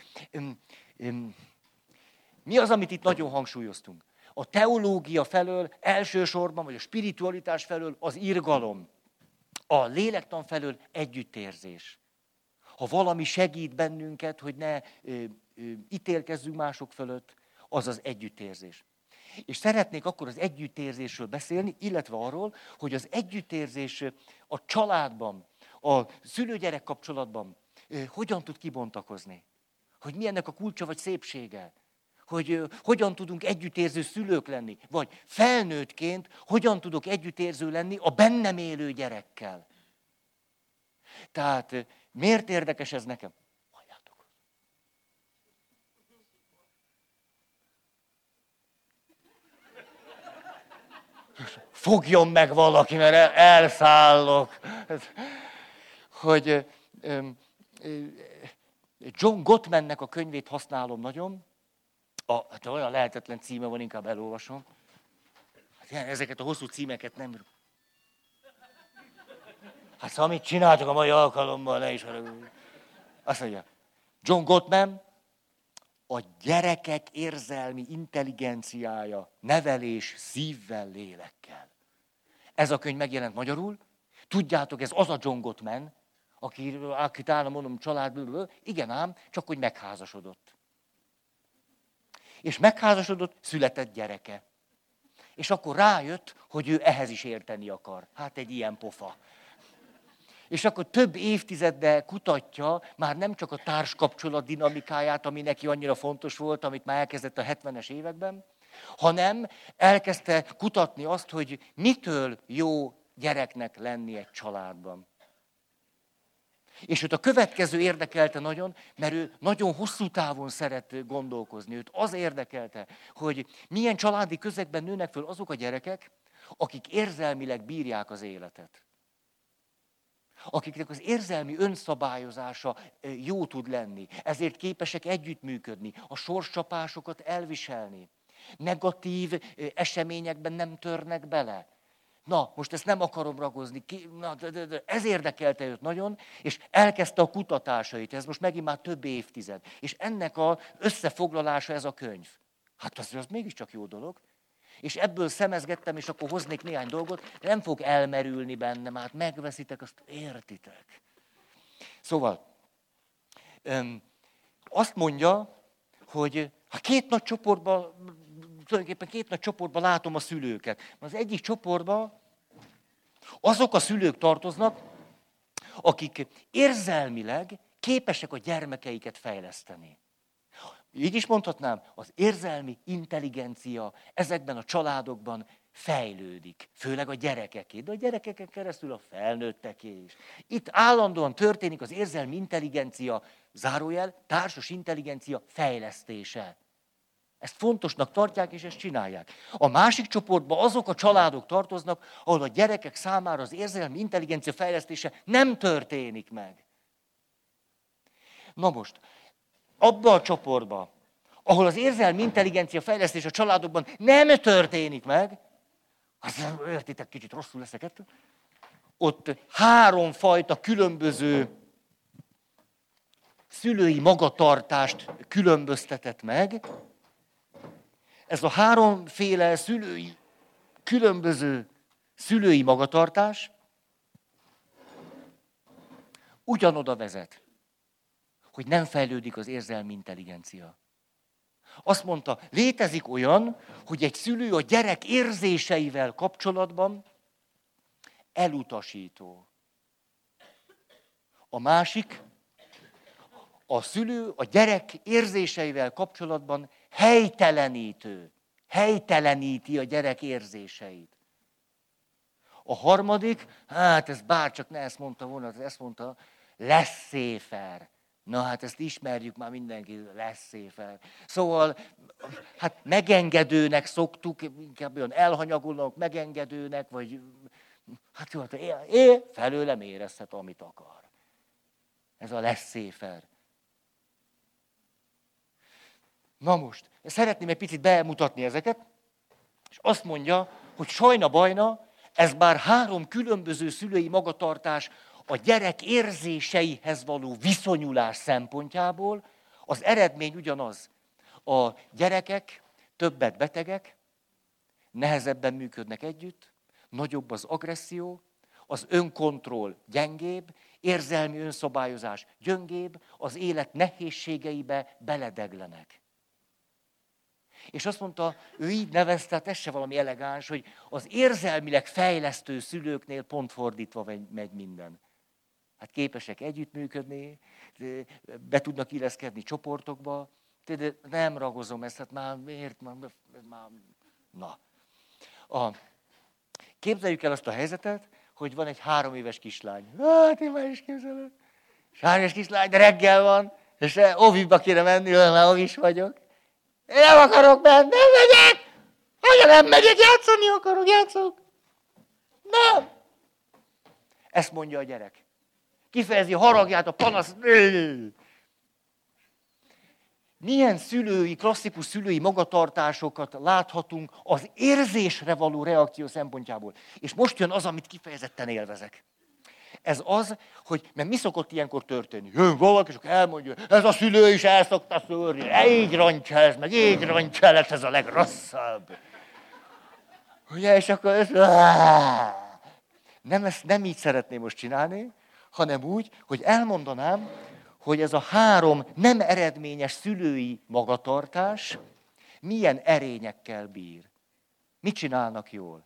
Mi az, amit itt nagyon hangsúlyoztunk? A teológia felől elsősorban, vagy a spiritualitás felől az irgalom. A lélektan felől együttérzés. Ha valami segít bennünket, hogy ne ö, ö, ítélkezzünk mások fölött, az az együttérzés. És szeretnék akkor az együttérzésről beszélni, illetve arról, hogy az együttérzés a családban, a szülő-gyerek kapcsolatban ö, hogyan tud kibontakozni. Hogy mi ennek a kulcsa vagy szépsége. Hogy ö, hogyan tudunk együttérző szülők lenni. Vagy felnőttként hogyan tudok együttérző lenni a bennem élő gyerekkel. Tehát miért érdekes ez nekem? Halljátok. Fogjon meg valaki, mert elszállok. Hogy John Gottmannek a könyvét használom nagyon. A, hát olyan lehetetlen címe van, inkább elolvasom. Hát ezeket a hosszú címeket nem... Hát szóval mit csináltok a mai alkalommal, ne is haragudj. Azt mondja, John Gottman, a gyerekek érzelmi intelligenciája, nevelés szívvel, lélekkel. Ez a könyv megjelent magyarul. Tudjátok, ez az a John Gottman, aki, akit állam mondom családból, igen ám, csak hogy megházasodott. És megházasodott, született gyereke. És akkor rájött, hogy ő ehhez is érteni akar. Hát egy ilyen pofa. És akkor több évtizeddel kutatja már nem csak a társkapcsolat dinamikáját, ami neki annyira fontos volt, amit már elkezdett a hetvenes években, hanem elkezdte kutatni azt, hogy mitől jó gyereknek lenni egy családban. És őt a következő érdekelte nagyon, mert ő nagyon hosszú távon szeret gondolkozni. Őt az érdekelte, hogy milyen családi közegben nőnek föl azok a gyerekek, akik érzelmileg bírják az életet. Akiknek az érzelmi önszabályozása jó tud lenni, ezért képesek együttműködni, a sorscsapásokat elviselni. Negatív eseményekben nem törnek bele. Na, most ezt nem akarom ragozni, na, de, de, de, ez érdekelte őt nagyon, és elkezdte a kutatásait, ez most megint már több évtized. És ennek az összefoglalása ez a könyv. Hát az, az mégiscsak jó dolog. És ebből szemezgettem, és akkor hoznék néhány dolgot, de nem fog elmerülni bennem, hát megveszitek, azt értitek. Szóval, öm, azt mondja, hogy ha két nagy csoportban, tulajdonképpen két nagy csoportban látom a szülőket. Az egyik csoportban azok a szülők tartoznak, akik érzelmileg képesek a gyermekeiket fejleszteni. így is mondhatnám, az érzelmi intelligencia ezekben a családokban fejlődik, főleg a gyerekeké, de a gyerekeken keresztül a felnőtteké is. Itt állandóan történik az érzelmi intelligencia, zárójel, társas intelligencia fejlesztése. Ezt fontosnak tartják, és ezt csinálják. A másik csoportban azok a családok tartoznak, ahol a gyerekek számára az érzelmi intelligencia fejlesztése nem történik meg. Na most, abban a csoportban, ahol az érzelmi intelligencia fejlesztés a családokban nem történik meg, az értitek, kicsit rosszul leszek ettől, ott háromfajta különböző szülői magatartást különböztetett meg. Ez a háromféle szülői, különböző szülői magatartás ugyanoda vezet, hogy nem fejlődik az érzelmi intelligencia. Azt mondta, létezik olyan, hogy egy szülő a gyerek érzéseivel kapcsolatban elutasító. A másik, a szülő a gyerek érzéseivel kapcsolatban helytelenítő. Helyteleníti a gyerek érzéseit. A harmadik, hát ez bárcsak ne ezt mondta volna, ezt mondta, laissez-faire. Na hát ezt ismerjük már mindenki, laissez-faire. Szóval, hát megengedőnek szoktuk, inkább olyan elhanyagolnak, megengedőnek, vagy hát jó, én felőlem érezhet, amit akar. Ez a laissez-faire. Na most, szeretném egy picit bemutatni ezeket, és azt mondja, hogy sajna-bajna, ez bár három különböző szülői magatartás a gyerek érzéseihez való viszonyulás szempontjából, az eredmény ugyanaz. A gyerekek többet betegek, nehezebben működnek együtt, nagyobb az agresszió, az önkontroll gyengébb, érzelmi önszabályozás gyöngébb, az élet nehézségeibe beledeglenek. És azt mondta, ő így nevezte, hát ez se valami elegáns, hogy az érzelmileg fejlesztő szülőknél pont fordítva megy minden. Hát képesek együttműködni, be tudnak illeszkedni csoportokba, de nem ragozom ezt, hát már miért, már, már na. A, képzeljük el azt a helyzetet, hogy van egy három éves kislány. Hát én már is képzelem. És három éves kislány, de reggel van, és óviba kéne menni, már óvis vagyok. Én nem akarok menni, nem megyek! Hogyan nem megyek, játszani akarok, játszok? Nem! Ezt mondja a gyerek. Kifejezi a haragját, a panasz. Milyen szülői, klasszikus szülői magatartásokat láthatunk az érzésre való reakció szempontjából. És most jön az, amit kifejezetten élvezek. Ez az, hogy, mert mi szokott ilyenkor történni? Jön valaki, és akkor elmondja, ez a szülő is el szokta szőrni, így rontja ez, meg így rontja el, ez a legrosszabb. Ugye, és akkor ez... Nem, ezt nem így szeretném most csinálni, hanem úgy, hogy elmondanám, hogy ez a három nem eredményes szülői magatartás milyen erényekkel bír. Mit csinálnak jól?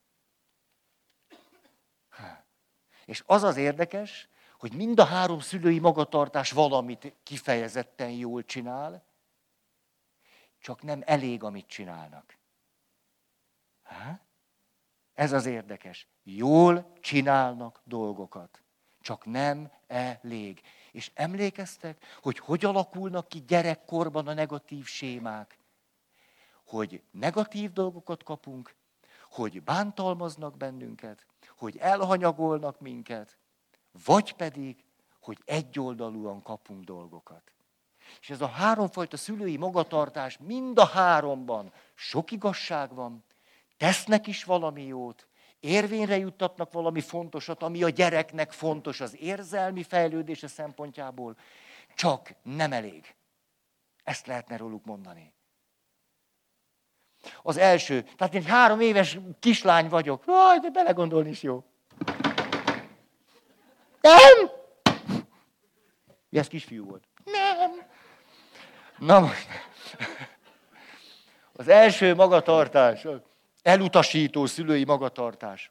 És az az érdekes, hogy mind a három szülői magatartás valamit kifejezetten jól csinál, csak nem elég, amit csinálnak. Há? Ez az érdekes. Jól csinálnak dolgokat, csak nem elég. És emlékeztek, hogy hogy alakulnak ki gyerekkorban a negatív sémák? Hogy negatív dolgokat kapunk, hogy bántalmaznak bennünket, hogy elhanyagolnak minket, vagy pedig, hogy egyoldalúan kapunk dolgokat. És ez a háromfajta szülői magatartás mind a háromban sok igazság van, tesznek is valami jót, érvényre juttatnak valami fontosat, ami a gyereknek fontos az érzelmi fejlődése szempontjából, csak nem elég. Ezt lehetne róluk mondani. Az első, tehát egy három éves kislány vagyok. Aj, de belegondolni is jó. Nem! Ez kisfiú volt. Nem! Na most. Az első magatartás, elutasító szülői magatartás.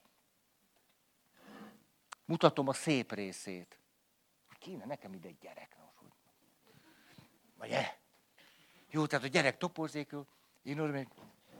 Mutatom a szép részét. Kéne nekem ide egy gyerek. Ugye? Jó, tehát a gyerek toporzékol, én oda megyek.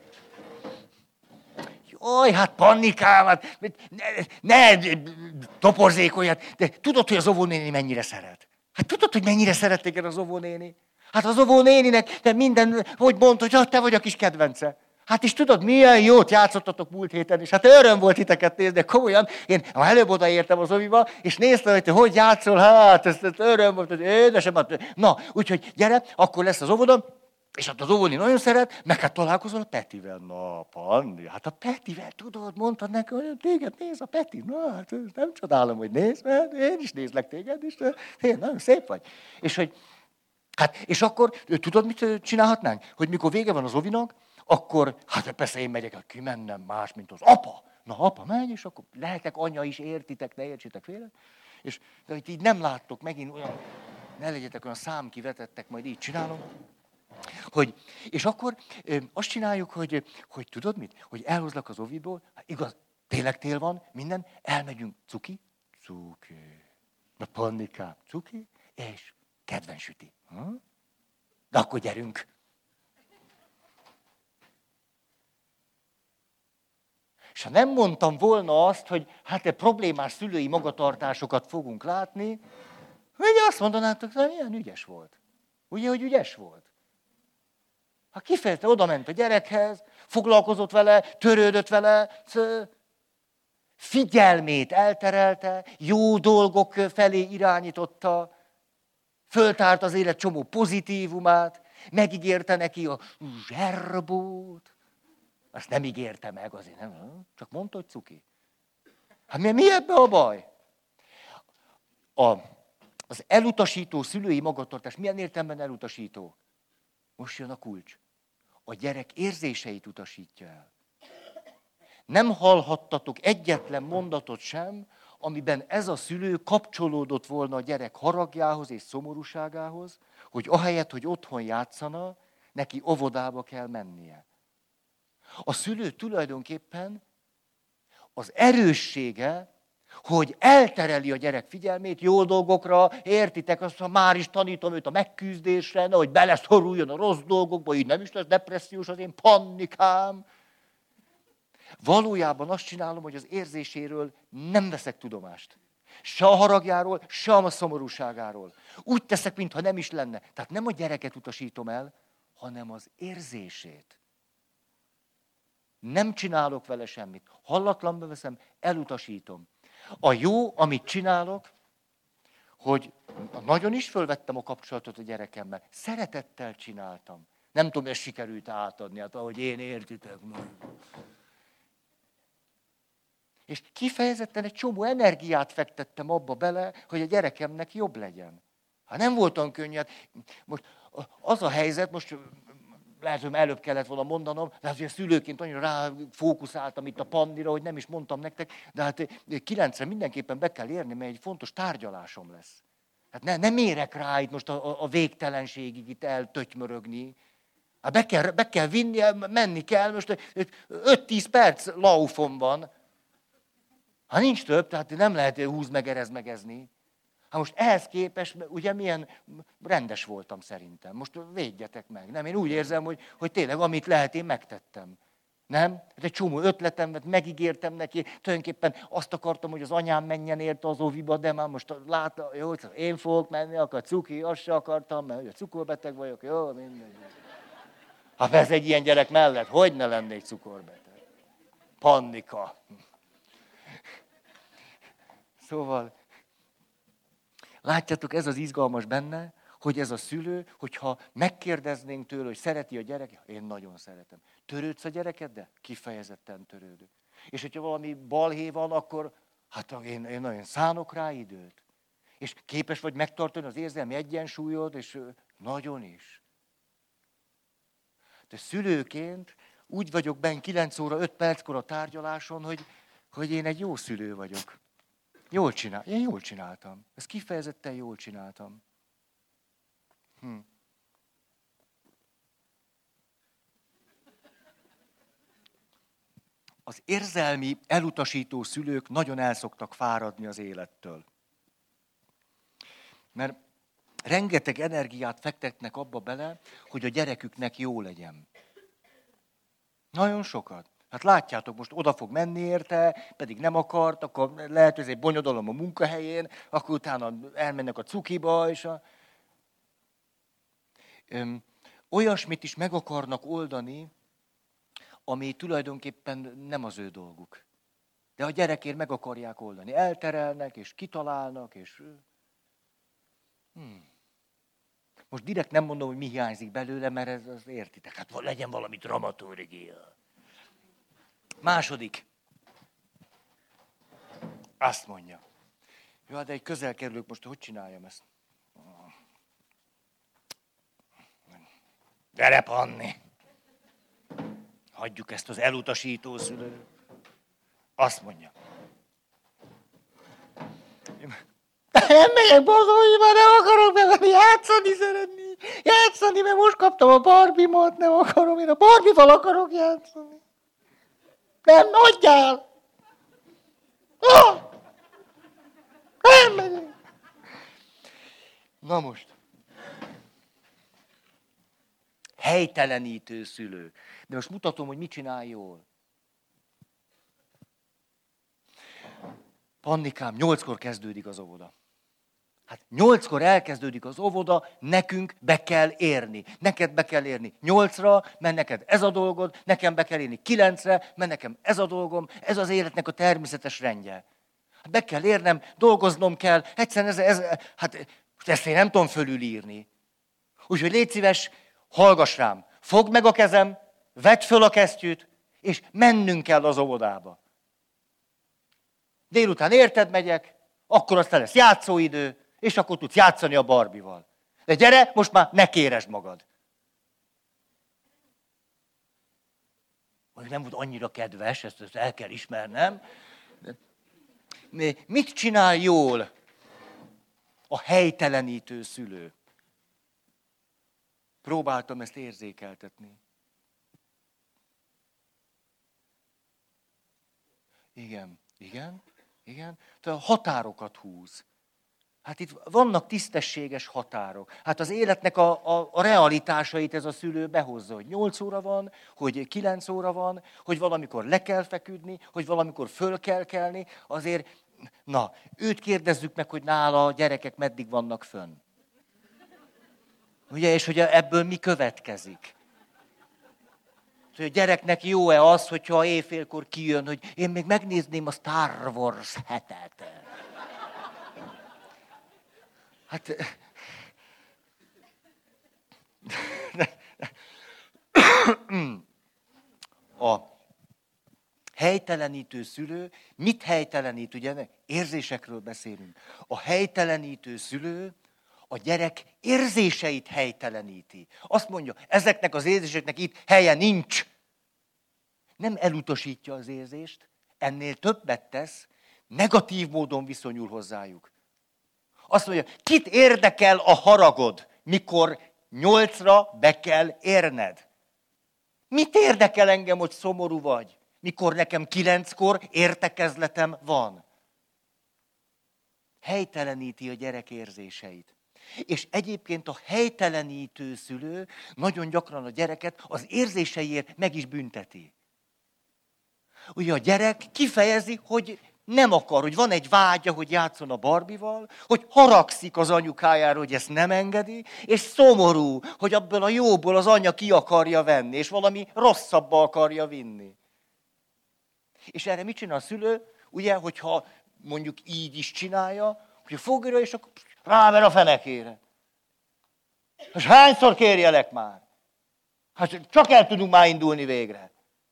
Jaj, hát Pannikám, hát ne, ne toporzékolj, hát, de tudod, hogy az óvónéni mennyire szeret? Hát tudod, hogy mennyire szeret téged az óvónéni? Hát az óvónéninek te minden, hogy mondta, hogy te vagy a kis kedvence. Hát és tudod, milyen jót játszottatok múlt héten, és hát öröm volt titeket nézni, de komolyan, én előbb odaértem az oviba, és néztem, hogy te hogy játszol, hát ez, ez öröm volt, hogy édesem, hát, na, úgyhogy gyere, akkor lesz az óvoda, és hát az óvóni nagyon szeret, meg hát találkozol a Petivel. Na, Panni, hát a Petivel, tudod, mondtad neki, hogy téged néz a Peti. Na, hát nem csodálom, hogy néz, mert én is nézlek téged, és én nagyon szép vagy. És hogy, hát, és akkor tudod, mit csinálhatnánk? Hogy mikor vége van az ovinak, akkor, hát persze én megyek, hogy kimennem más, mint az apa. Na, apa megy, és akkor lehetek anya is, értitek, ne értsétek félre. És de hogy így nem láttok megint olyan, ne legyetek olyan számkivetettek, majd így csinálom. Hogy, és akkor ö, azt csináljuk, hogy, hogy tudod mit? Hogy elhozlak az oviból, hát igaz, tényleg tél van, minden, elmegyünk, cuki, cuki, na Pannikám, cuki, és kedvenc süti. Hm? De akkor gyerünk. És ha nem mondtam volna azt, hogy hát egy problémás szülői magatartásokat fogunk látni, hogy azt mondanátok, hogy ilyen ügyes volt. Ugye, hogy ügyes volt? Ha kifejezetten oda ment a gyerekhez, foglalkozott vele, törődött vele, figyelmét elterelte, jó dolgok felé irányította, föltárt az élet csomó pozitívumát, megígérte neki a zserbót. Azt nem ígérte meg, azért nem, csak mondta, hogy cuki. Hát mi, mi ebbe a baj? A, az elutasító szülői magatartás, milyen értelemben elutasító? Most jön a kulcs. A gyerek érzéseit utasítja el. Nem hallhattatok egyetlen mondatot sem, amiben ez a szülő kapcsolódott volna a gyerek haragjához és szomorúságához, hogy ahelyett, hogy otthon játszana, neki óvodába kell mennie. A szülő tulajdonképpen az erőssége, hogy eltereli a gyerek figyelmét jó dolgokra, értitek, azt, ha már is tanítom őt a megküzdésre, nehogy beleszoruljon a rossz dolgokba, így nem is lesz depressziós az én Pannikám. Valójában azt csinálom, hogy az érzéséről nem veszek tudomást. Se a haragjáról, se a szomorúságáról. Úgy teszek, mintha nem is lenne. Tehát nem a gyereket utasítom el, hanem az érzését. Nem csinálok vele semmit. Hallatlanba veszem, elutasítom. A jó, amit csinálok, hogy nagyon is fölvettem a kapcsolatot a gyerekemmel. Szeretettel csináltam. Nem tudom, ezt sikerült átadni, hát ahogy én értitek. És kifejezetten egy csomó energiát fektettem abba bele, hogy a gyerekemnek jobb legyen. Hát nem voltam könnyű. Most az a helyzet, most lehet, hogy előbb kellett volna mondanom, de hát szülőként annyira ráfókuszáltam itt a Pannira, hogy nem is mondtam nektek, de hát kilencre mindenképpen be kell érni, mert egy fontos tárgyalásom lesz. Hát ne, nem érek rá itt most a, a végtelenségig itt eltötymörögni. Hát be kell, be kell vinni, menni kell, most öt-tíz perc laufom van. Ha nincs több, tehát nem lehet húz meg, erez megezni. Hát most ehhez képest, ugye milyen rendes voltam szerintem. Most védjetek meg. Nem, én úgy érzem, hogy, hogy tényleg amit lehet, én megtettem. Nem? Hát egy csomó ötletem, megígértem neki, tulajdonképpen azt akartam, hogy az anyám menjen érte az oviba, de már most látta, jó, én fogok menni, akkor cuki, azt se akartam, mert ugye cukorbeteg vagyok, jó, mindegy. Hát ez egy ilyen gyerek mellett, hogy ne lennék cukorbeteg? Pannika. Szóval, látjátok, ez az izgalmas benne, hogy ez a szülő, hogyha megkérdeznénk tőle, hogy szereti a gyerek, én nagyon szeretem. Törődsz a gyerekeddel? Kifejezetten törődök. És hogyha valami balhé van, akkor hát én, én nagyon szánok rá időt. És képes vagy megtartani az érzelmi egyensúlyod, és nagyon is. De szülőként úgy vagyok benn kilenc óra öt perckor a tárgyaláson, hogy, hogy én egy jó szülő vagyok. Jól csinál, én jól csináltam. Ezt kifejezetten jól csináltam. Hm. Az érzelmi, elutasító szülők nagyon el szoktak fáradni az élettől. Mert rengeteg energiát fektetnek abba bele, hogy a gyereküknek jó legyen. Nagyon sokat. Hát látjátok, most oda fog menni érte, pedig nem akart, akkor lehet, hogy ez egy bonyodalom a munkahelyén, akkor utána elmennek a cukiba, és a... Öm, olyasmit is meg akarnak oldani, ami tulajdonképpen nem az ő dolguk. De a gyerekért meg akarják oldani. Elterelnek, és kitalálnak, és... Hmm. Most direkt nem mondom, hogy mi hiányzik belőle, mert ez az értitek. Hát legyen valami dramaturgia. Második. Azt mondja. Jó, de egy közel kerülök most, hogy csináljam ezt? Gyere, Panni! Hagyjuk ezt az elutasító szülőt. Azt mondja. Nem megyek bozóiba, nem akarok meg játszani szeretni. Játszani, mert most kaptam a Barbie-mat, nem akarom, én a Barbie-val akarok játszani. Nem, hagyjál! Ah! Nem megyek! Na most. Helytelenítő szülő. De most mutatom, hogy mit csinál jól. Pannikám, nyolckor kezdődik az óvoda. Hát nyolckor elkezdődik az óvoda, nekünk be kell érni. Neked be kell érni nyolcra, mert neked ez a dolgod, nekem be kell érni kilencre, mert nekem ez a dolgom, ez az életnek a természetes rendje. Be kell érnem, dolgoznom kell, egyszerűen ez, ez hát ezt én nem tudom fölülírni. Úgyhogy légy szíves, hallgass rám, fogd meg a kezem, vedd föl a kesztyűt, és mennünk kell az óvodába. Délután érted megyek, akkor aztán lesz játszóidő, és akkor tudsz játszani a Barbie-val. De gyere, most már ne kéresd magad. Mondjuk nem volt annyira kedves, ezt, ezt el kell ismernem. Mit csinál jól a helytelenítő szülő? Próbáltam ezt érzékeltetni. Igen, igen, igen. Tehát határokat húz. Hát itt vannak tisztességes határok. Hát az életnek a, a, a realitásait ez a szülő behozza, hogy nyolc óra van, hogy kilenc óra van, hogy valamikor le kell feküdni, hogy valamikor föl kell kelni. Azért, na, őt kérdezzük meg, hogy nála a gyerekek meddig vannak fönn. Ugye, és hogy ebből mi következik? Hogy a gyereknek jó-e az, hogyha éjfélkor kijön, hogy én még megnézném a Star Wars hetet. Hát... A helytelenítő szülő, mit helytelenít, ugye érzésekről beszélünk. A helytelenítő szülő a gyerek érzéseit helyteleníti. Azt mondja, ezeknek az érzéseknek itt helye nincs. Nem elutasítja az érzést, ennél többet tesz, negatív módon viszonyul hozzájuk. Azt mondja, kit érdekel a haragod, mikor nyolcra be kell érned? Mit érdekel engem, hogy szomorú vagy, mikor nekem kilenckor értekezletem van? Helyteleníti a gyerek érzéseit. És egyébként a helytelenítő szülő nagyon gyakran a gyereket az érzéseiért meg is bünteti. Ugye a gyerek kifejezi, hogy nem akar, hogy van egy vágya, hogy játszon a Barbie-val, hogy haragszik az anyukájára, hogy ezt nem engedi, és szomorú, hogy abból a jóból az anya ki akarja venni, és valami rosszabbba akarja vinni. És erre mit csinál a szülő? Ugye, hogyha mondjuk így is csinálja, hogy fogja, és akkor ráver a fenekére. És hányszor kérjelek már? Hát csak el tudunk már indulni végre.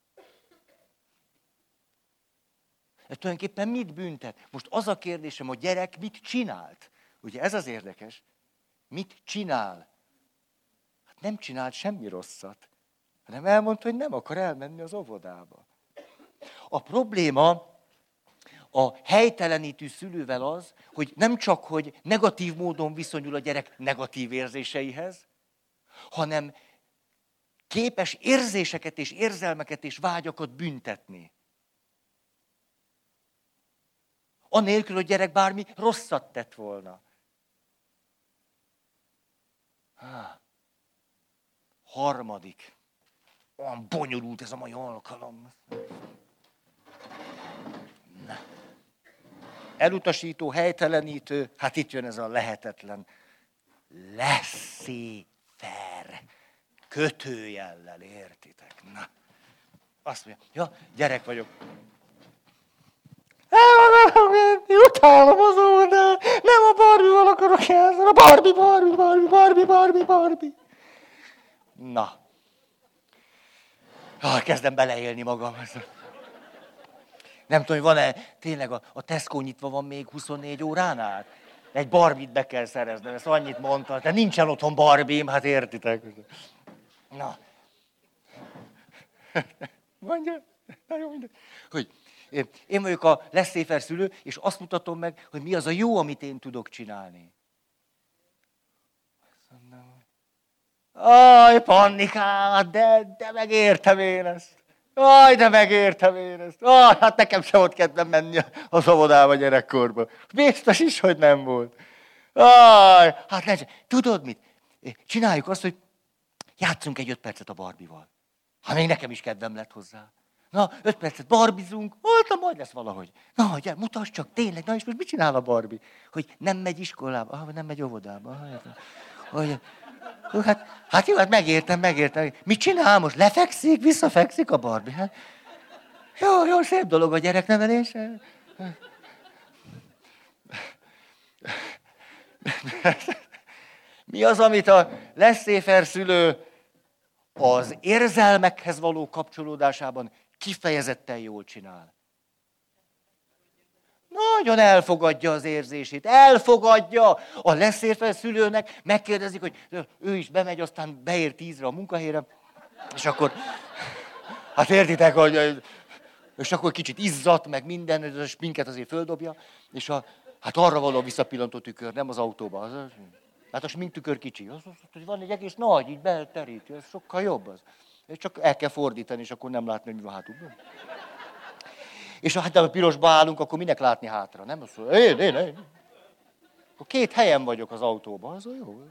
De tulajdonképpen mit büntet? Most az a kérdésem, hogy gyerek mit csinált? Ugye ez az érdekes. Mit csinál? Hát nem csinált semmi rosszat, hanem elmondta, hogy nem akar elmenni az óvodába. A probléma a helytelenítő szülővel az, hogy nem csak, hogy negatív módon viszonyul a gyerek negatív érzéseihez, hanem képes érzéseket és érzelmeket és vágyakat büntetni. Anélkül, hogy a gyerek bármi rosszat tett volna. Harmadik. Olyan bonyolult ez a mai alkalom. Na. Elutasító, helytelenítő, hát itt jön ez a lehetetlen. Laissez-faire. Kötőjellel, értitek? Na. Azt mondja, ja, gyerek vagyok. Utálom az óvodát, nem a Barbie-val akarok játszani, a Barbie, Barbie, Barbie, Barbie, Barbie, Barbie. Na. Ah, kezdem beleélni magam. Nem tudom, hogy van-e, tényleg a, a Tesco nyitva van még huszonnégy órán át? Egy Barbie-t be kell szereznem, ezt annyit mondta. De nincsen otthon Barbie-m, hát értitek. Na. Mondja, nagyon mindegy. Hogy én vagyok a laissez-faire szülő, és azt mutatom meg, hogy mi az a jó, amit én tudok csinálni. Aj, Pannikám, de, de megértem én ezt. Aj, de megértem én ezt. Aj, hát nekem sem volt kedvem menni az óvodába gyerekkorban. Biztos is, hogy nem volt. Aj, hát ne, tudod mit? Csináljuk azt, hogy játszunk egy öt percet a Barbie-val. Ha még nekem is kedvem lett hozzá. Na, öt percet barbizunk, hát majd lesz valahogy. Na, gyere, mutasd csak, tényleg, na és most mit csinál a Barbie? Hogy nem megy iskolába, ah, nem megy óvodába. Hogy, hát, hát jó, hát megértem, megértem. Mit csinál most? Lefekszik, visszafekszik a Barbie? Hát, jó, jó, szép dolog a gyereknevelés. Mi az, amit a laissez-faire szülő az érzelmekhez való kapcsolódásában kifejezetten jól csinál? Nagyon elfogadja az érzését, elfogadja. A laissez-faire szülőnek megkérdezik, hogy ő is bemegy, aztán beér tízre a munkahelyre, és akkor, hát értitek, hogy, és akkor kicsit izzat, meg minden, a sminket azért földobja, és a, hát arra való visszapillantó tükör, nem az autóba. Az, hát a sminktükör kicsi, az, az, az, van egy egész nagy, így beteríti, ez sokkal jobb az. És csak el kell fordítani, és akkor nem látni, hogy mi van hátul. És ha hát a pirosba állunk, akkor minek látni hátra, nem? Azt mondja, én, én, én. Akkor két helyen vagyok az autóban, az jó.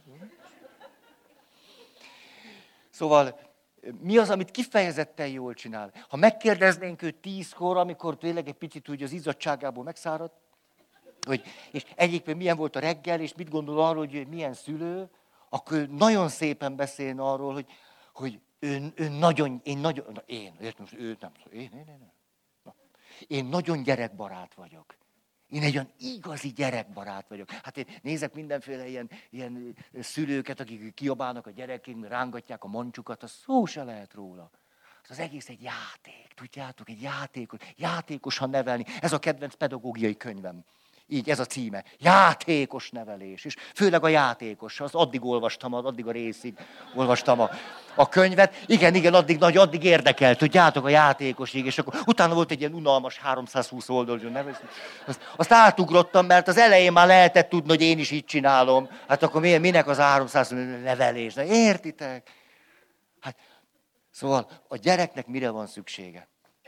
Szóval, mi az, amit kifejezetten jól csinál? Ha megkérdeznénk őt tízkor, amikor tényleg egy picit úgy az izzadtságából megszáradt, hogy, és egyébként milyen volt a reggel, és mit gondol arról, hogy milyen szülő, akkor ő nagyon szépen beszélne arról, hogy, hogy ő, ő nagyon, én nagyon, na én, értem, ő nem, én, én, én, na, én nagyon gyerekbarát vagyok. Én egy olyan igazi gyerekbarát vagyok. Hát én nézek mindenféle ilyen, ilyen szülőket, akik kiabálnak a gyerekén, rángatják a mancsukat, az szó se lehet róla. Az egész egy játék, tudjátok, egy játékos, játékosan nevelni. Ez a kedvenc pedagógiai könyvem. Így ez a címe. Játékos nevelés. És főleg a játékos. Az addig olvastam, addig a részig olvastam a, a könyvet. Igen, igen, addig nagy, addig érdekelt, tudjátok, a játékosig. És akkor utána volt egy ilyen unalmas háromszázhúsz oldalú. Azt, azt átugrottam, mert az elején már lehetett tudni, hogy én is így csinálom. Hát akkor minek az háromszázhúsz nevelés? De értitek? Hát, szóval a gyereknek mire van szüksége?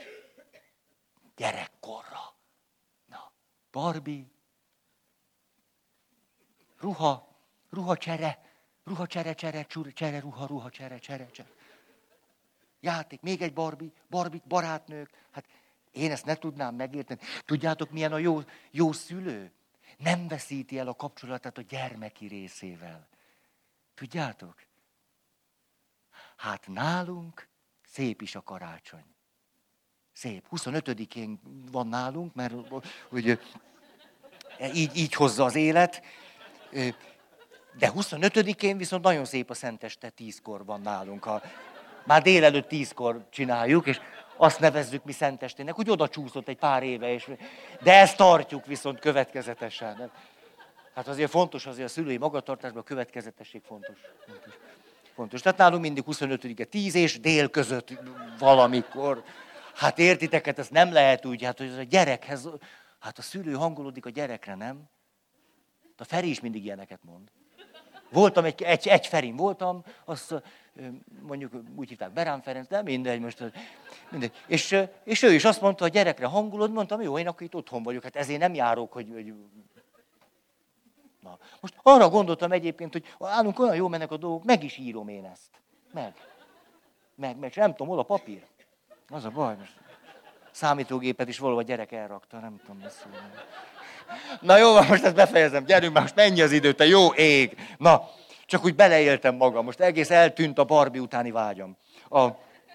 Gyerekkorra. Na, Barbie, ruha, ruha csere, ruha csere, csere, csure, csere, ruha, ruha csere, csere, csere. Játék, még egy Barbie, Barbie, barátnők. Hát én ezt ne tudnám megérteni. Tudjátok, milyen a jó, jó szülő? Nem veszíti el a kapcsolatát a gyermeki részével. Tudjátok? Hát nálunk szép is a karácsony. Szép. huszonötödikén van nálunk, mert hogy, így, így hozza az élet. De huszonötödikén viszont nagyon szép a szenteste, tízkor van nálunk. Ha már délelőtt tízkor csináljuk, és azt nevezzük mi szentestének, hogy oda csúszott egy pár éve. És, de ezt tartjuk viszont következetesen. Hát azért fontos, azért a szülői magatartásban a következetesség fontos. fontos. Fontos. Tehát nálunk mindig huszonötödike tíz és dél között valamikor. Hát értitek, hát ez nem lehet úgy, hát hogy ez a gyerekhez, hát a szülő hangolódik a gyerekre, nem? A Feri is mindig ilyeneket mond. Voltam egy, egy, egy Ferin voltam, azt mondjuk úgy hívták Berán Ferenc, de mindegy most. Mindegy. És, és ő is azt mondta, a gyerekre hangolod, mondtam, jó, én akkor itt otthon vagyok, hát ezért nem járok, hogy... hogy... Na, most arra gondoltam egyébként, hogy állunk, olyan jól mennek a dolgok, meg is írom én ezt. Meg. Meg, meg, nem tudom, hol a papír. Az a baj most. Számítógépet is valahol a gyerek elrakta, nem tudom, mi szól. Na jó, most ezt befejezem, gyerünk már, most mennyi az idő, te jó ég. Na, csak úgy beleéltem magam, most egész eltűnt a Barbie utáni vágyam. A...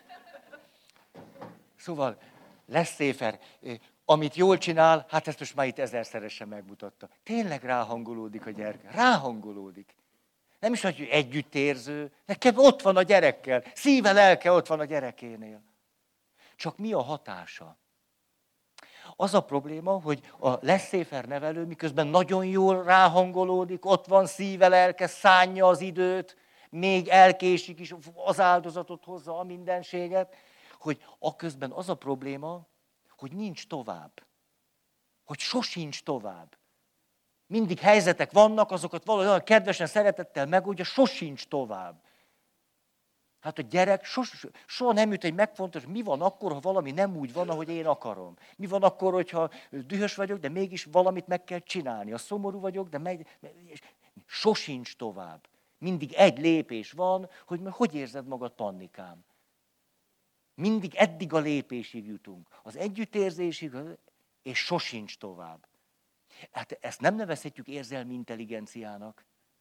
Szóval, lesz széfer, amit jól csinál, hát ezt most már itt ezerszeresen megmutatta. Tényleg ráhangolódik a gyerek, ráhangolódik. Nem is, hogy együttérző, nekem ott van a gyerekkel, szíve, lelke ott van a gyerekénél. Csak mi a hatása? Az a probléma, hogy a lesz-széfer nevelő miközben nagyon jól ráhangolódik, ott van szíve, lelke, szánja az időt, még elkésik is, az áldozatot hozza, a mindenséget, hogy aközben az a probléma, hogy nincs tovább. Hogy sosincs tovább. Mindig helyzetek vannak, azokat valahogy olyan kedvesen, szeretettel megoldja, sosincs tovább. Hát a gyerek sos, soha nem jut egy megfontos, mi van akkor, ha valami nem úgy van, ahogy én akarom. Mi van akkor, hogyha dühös vagyok, de mégis valamit meg kell csinálni. A szomorú vagyok, de meg, sosincs tovább. Mindig egy lépés van, hogy hogy érzed magad, Pannikám. Mindig eddig a lépésig jutunk. Az együttérzésig, és sosincs tovább. Hát ezt nem nevezhetjük érzelmi intelligenciának.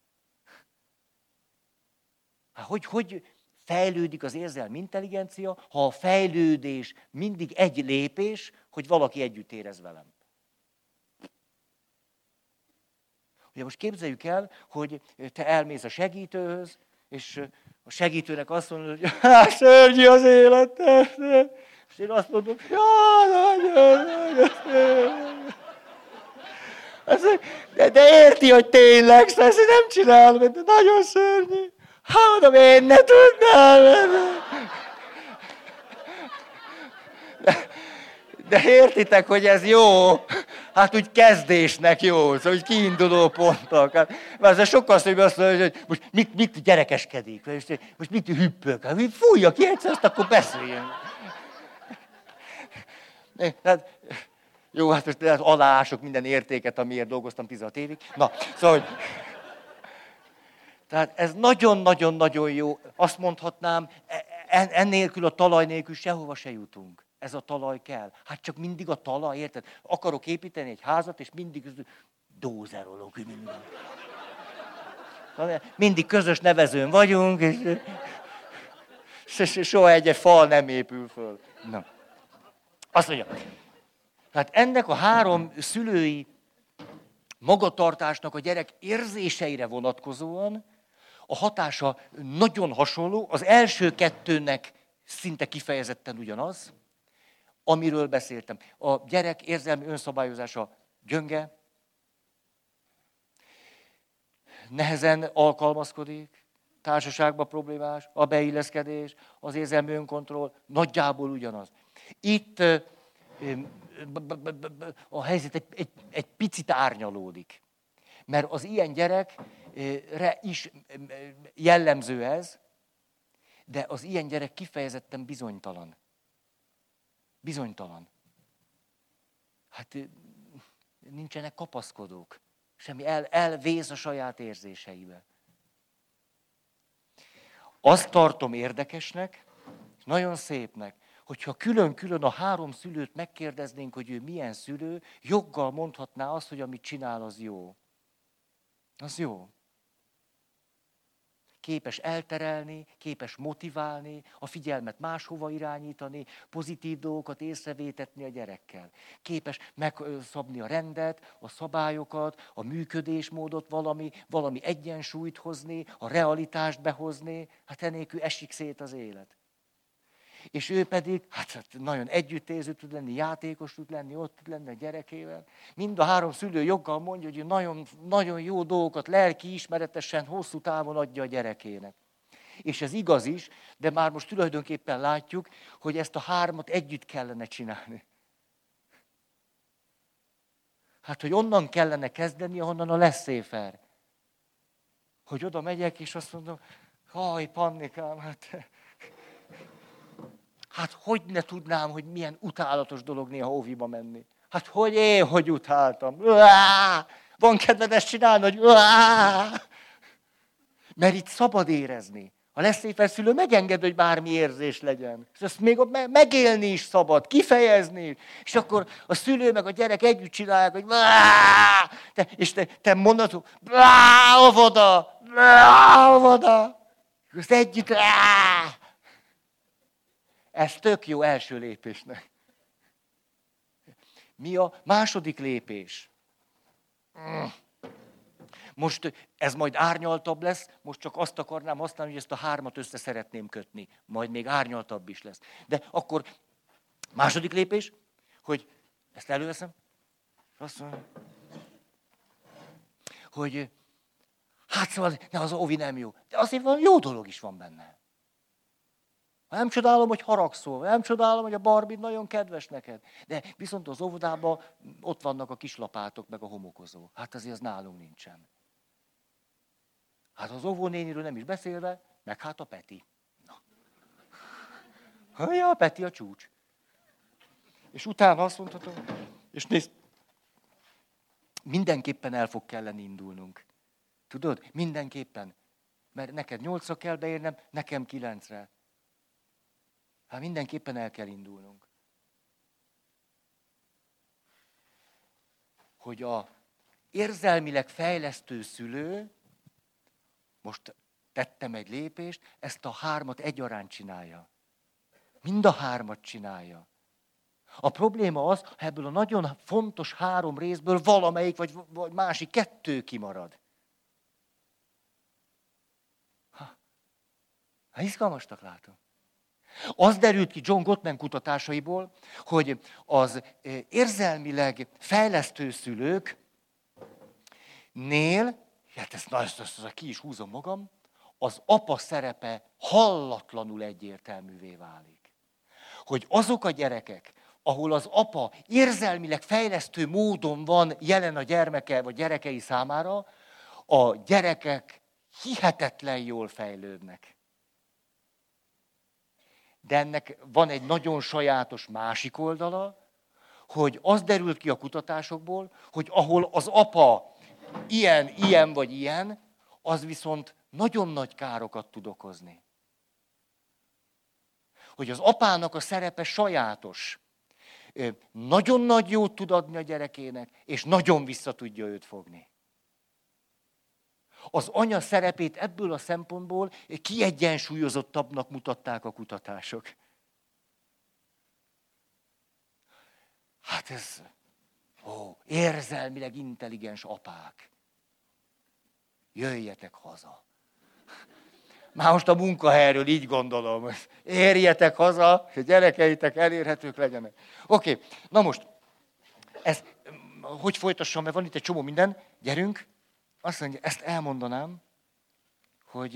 Hát hogy, hogy fejlődik az érzelmi intelligencia, ha a fejlődés mindig egy lépés, hogy valaki együtt érez velem. Ugye most képzeljük el, hogy te elmész a segítőhöz, és a segítőnek azt mondod, hogy hát szörnyű az élet. És én azt mondom, jaj, nagyon, nagyon szörnyű. De, de érti, hogy tényleg, ezt nem csinálom, de nagyon szörnyű. Hát mondom, én ne tudnám. De, de értitek, hogy ez jó? Hát úgy kezdésnek jó, szóval úgy kiinduló pontok. Hát, mert ez sokkal szép azt mondja, hogy most mit, mit gyerekeskedik, most mit hüppök, hát fújja ki egyszer, azt akkor beszéljen. Tehát, jó, hát most aláások minden értéket, amiért dolgoztam tizenhat évig. Na, szóval, hogy... Tehát ez nagyon-nagyon-nagyon jó. Azt mondhatnám, ennélkül a talaj nélkül sehova se jutunk. Ez a talaj kell. Hát csak mindig a talaj, érted? Akarok építeni egy házat, és mindig dózerolok. Mindig, mindig közös nevezőn vagyunk, és soha egy fal nem épül föl. Na. Azt mondja, hát ennek a három szülői magatartásnak a gyerek érzéseire vonatkozóan a hatása nagyon hasonló, az első kettőnek szinte kifejezetten ugyanaz, amiről beszéltem. A gyerek érzelmi önszabályozása gyönge, nehezen alkalmazkodik, társaságban problémás, a beilleszkedés, az érzelmi önkontroll, nagyjából ugyanaz. Itt a helyzet egy, egy, egy picit árnyalódik. Mert az ilyen gyerekre is jellemző ez, de az ilyen gyerek kifejezetten bizonytalan. Bizonytalan. Hát nincsenek kapaszkodók. Semmi, el, elvész a saját érzéseibe. Azt tartom érdekesnek, nagyon szépnek, hogyha külön-külön a három szülőt megkérdeznénk, hogy ő milyen szülő, joggal mondhatná azt, hogy amit csinál, az jó. Az jó. Képes elterelni, képes motiválni, a figyelmet máshova irányítani, pozitív dolgokat észrevétetni a gyerekkel. Képes megszabni a rendet, a szabályokat, a működésmódot, valami, valami egyensúlyt hozni, a realitást behozni, hát enélkül esik szét az élet. És ő pedig hát nagyon együttérző tud lenni, játékos tud lenni, ott tud lenni a gyerekével. Mind a három szülő joggal mondja, hogy nagyon, nagyon jó dolgokat lelki ismeretesen, hosszú távon adja a gyerekének. És ez igaz is, de már most tulajdonképpen látjuk, hogy ezt a hármat együtt kellene csinálni. Hát, hogy onnan kellene kezdeni, ahonnan a lesz széfer. Hogy oda megyek, és azt mondom, haj, Pannikám, hát... Hát hogy ne tudnám, hogy milyen utálatos dolog néha óviba menni. Hát hogy én, hogy utáltam. Van kedved ezt csinálni, hogy... Mert itt szabad érezni. Ha lesz szépen szülő, megenged, hogy bármi érzés legyen. És ezt még ott megélni is szabad, kifejezni. És akkor a szülő meg a gyerek együtt csinálják, hogy... Te, és te, te mondod, hogy... Óvoda! Óvoda! És azt együtt... Ez tök jó első lépésnek. Mi a második lépés? Most ez majd árnyaltabb lesz, most csak azt akarnám használni, hogy ezt a hármat össze szeretném kötni. Majd még árnyaltabb is lesz. De akkor második lépés, hogy ezt előveszem, és azt mondom, hogy hát szóval ne, az óvi nem jó. De azért van jó dolog is van benne. Nem csodálom, hogy haragszol, nem csodálom, hogy a Barbie nagyon kedves neked. De viszont az óvodában ott vannak a kislapátok, meg a homokozó. Hát azért az nálunk nincsen. Hát az óvónéniről nem is beszélve, meg hát a Peti. Na. Ja, a Peti a csúcs. És utána azt mondhatom, és nézd, mindenképpen el fog kelleni indulnunk. Tudod? Mindenképpen. Mert neked nyolcra kell beérnem, nekem kilencre. Hát mindenképpen el kell indulnunk. Hogy a érzelmileg fejlesztő szülő, most tettem egy lépést, ezt a hármat egyaránt csinálja. Mind a hármat csinálja. A probléma az, ha ebből a nagyon fontos három részből valamelyik vagy, vagy másik kettő kimarad. Ha, ha izgalmasnak látom. Az derült ki John Gottman kutatásaiból, hogy az érzelmileg fejlesztő szülőknél, hát ezt, na, ezt, ezt, ezt ki is húzom magam, az apa szerepe hallatlanul egyértelművé válik. Hogy azok a gyerekek, ahol az apa érzelmileg fejlesztő módon van jelen a gyermeke vagy gyerekei számára, a gyerekek hihetetlen jól fejlődnek. De ennek van egy nagyon sajátos másik oldala, hogy az derült ki a kutatásokból, hogy ahol az apa ilyen, ilyen vagy ilyen, az viszont nagyon nagy károkat tud okozni. Hogy az apának a szerepe sajátos. Nagyon nagy jót tud adni a gyerekének, és nagyon vissza tudja őt fogni. Az anya szerepét ebből a szempontból kiegyensúlyozottabbnak mutatták a kutatások. Hát ez, ó, érzelmileg intelligens apák. Jöjjetek haza. Már most a munkahelyről így gondolom. Érjetek haza, hogy gyerekeitek elérhetők legyenek. Oké, okay. Na most, ez, hogy folytassam, mert van itt egy csomó minden. Gyerünk. Azt mondja, ezt elmondanám, hogy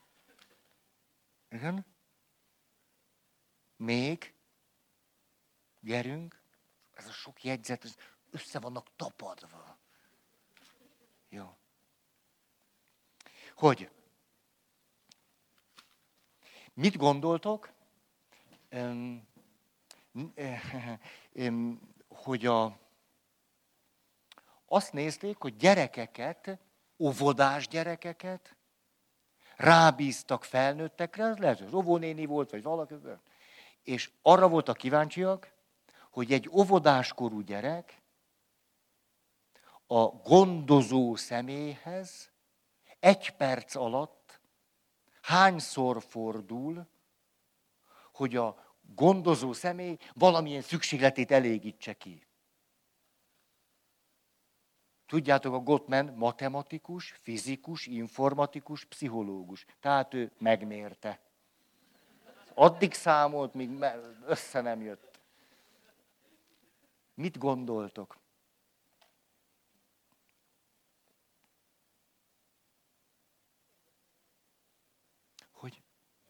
igen, még, gyerünk, ez a sok jegyzet, össze vannak tapadva. Jó. Hogy? Mit gondoltok, hogy a, azt nézték, hogy gyerekeket, óvodás gyerekeket rábíztak felnőttekre, lehet, hogy az óvónéni volt, vagy valaki, és arra voltak kíváncsiak, hogy egy óvodáskorú gyerek a gondozó személyhez egy perc alatt hányszor fordul, hogy a gondozó személy valamilyen szükségletét elégítse ki. Tudjátok, a Gottman matematikus, fizikus, informatikus, pszichológus. Tehát ő megmérte. Addig számolt, míg össze nem jött. Mit gondoltok? Hogy?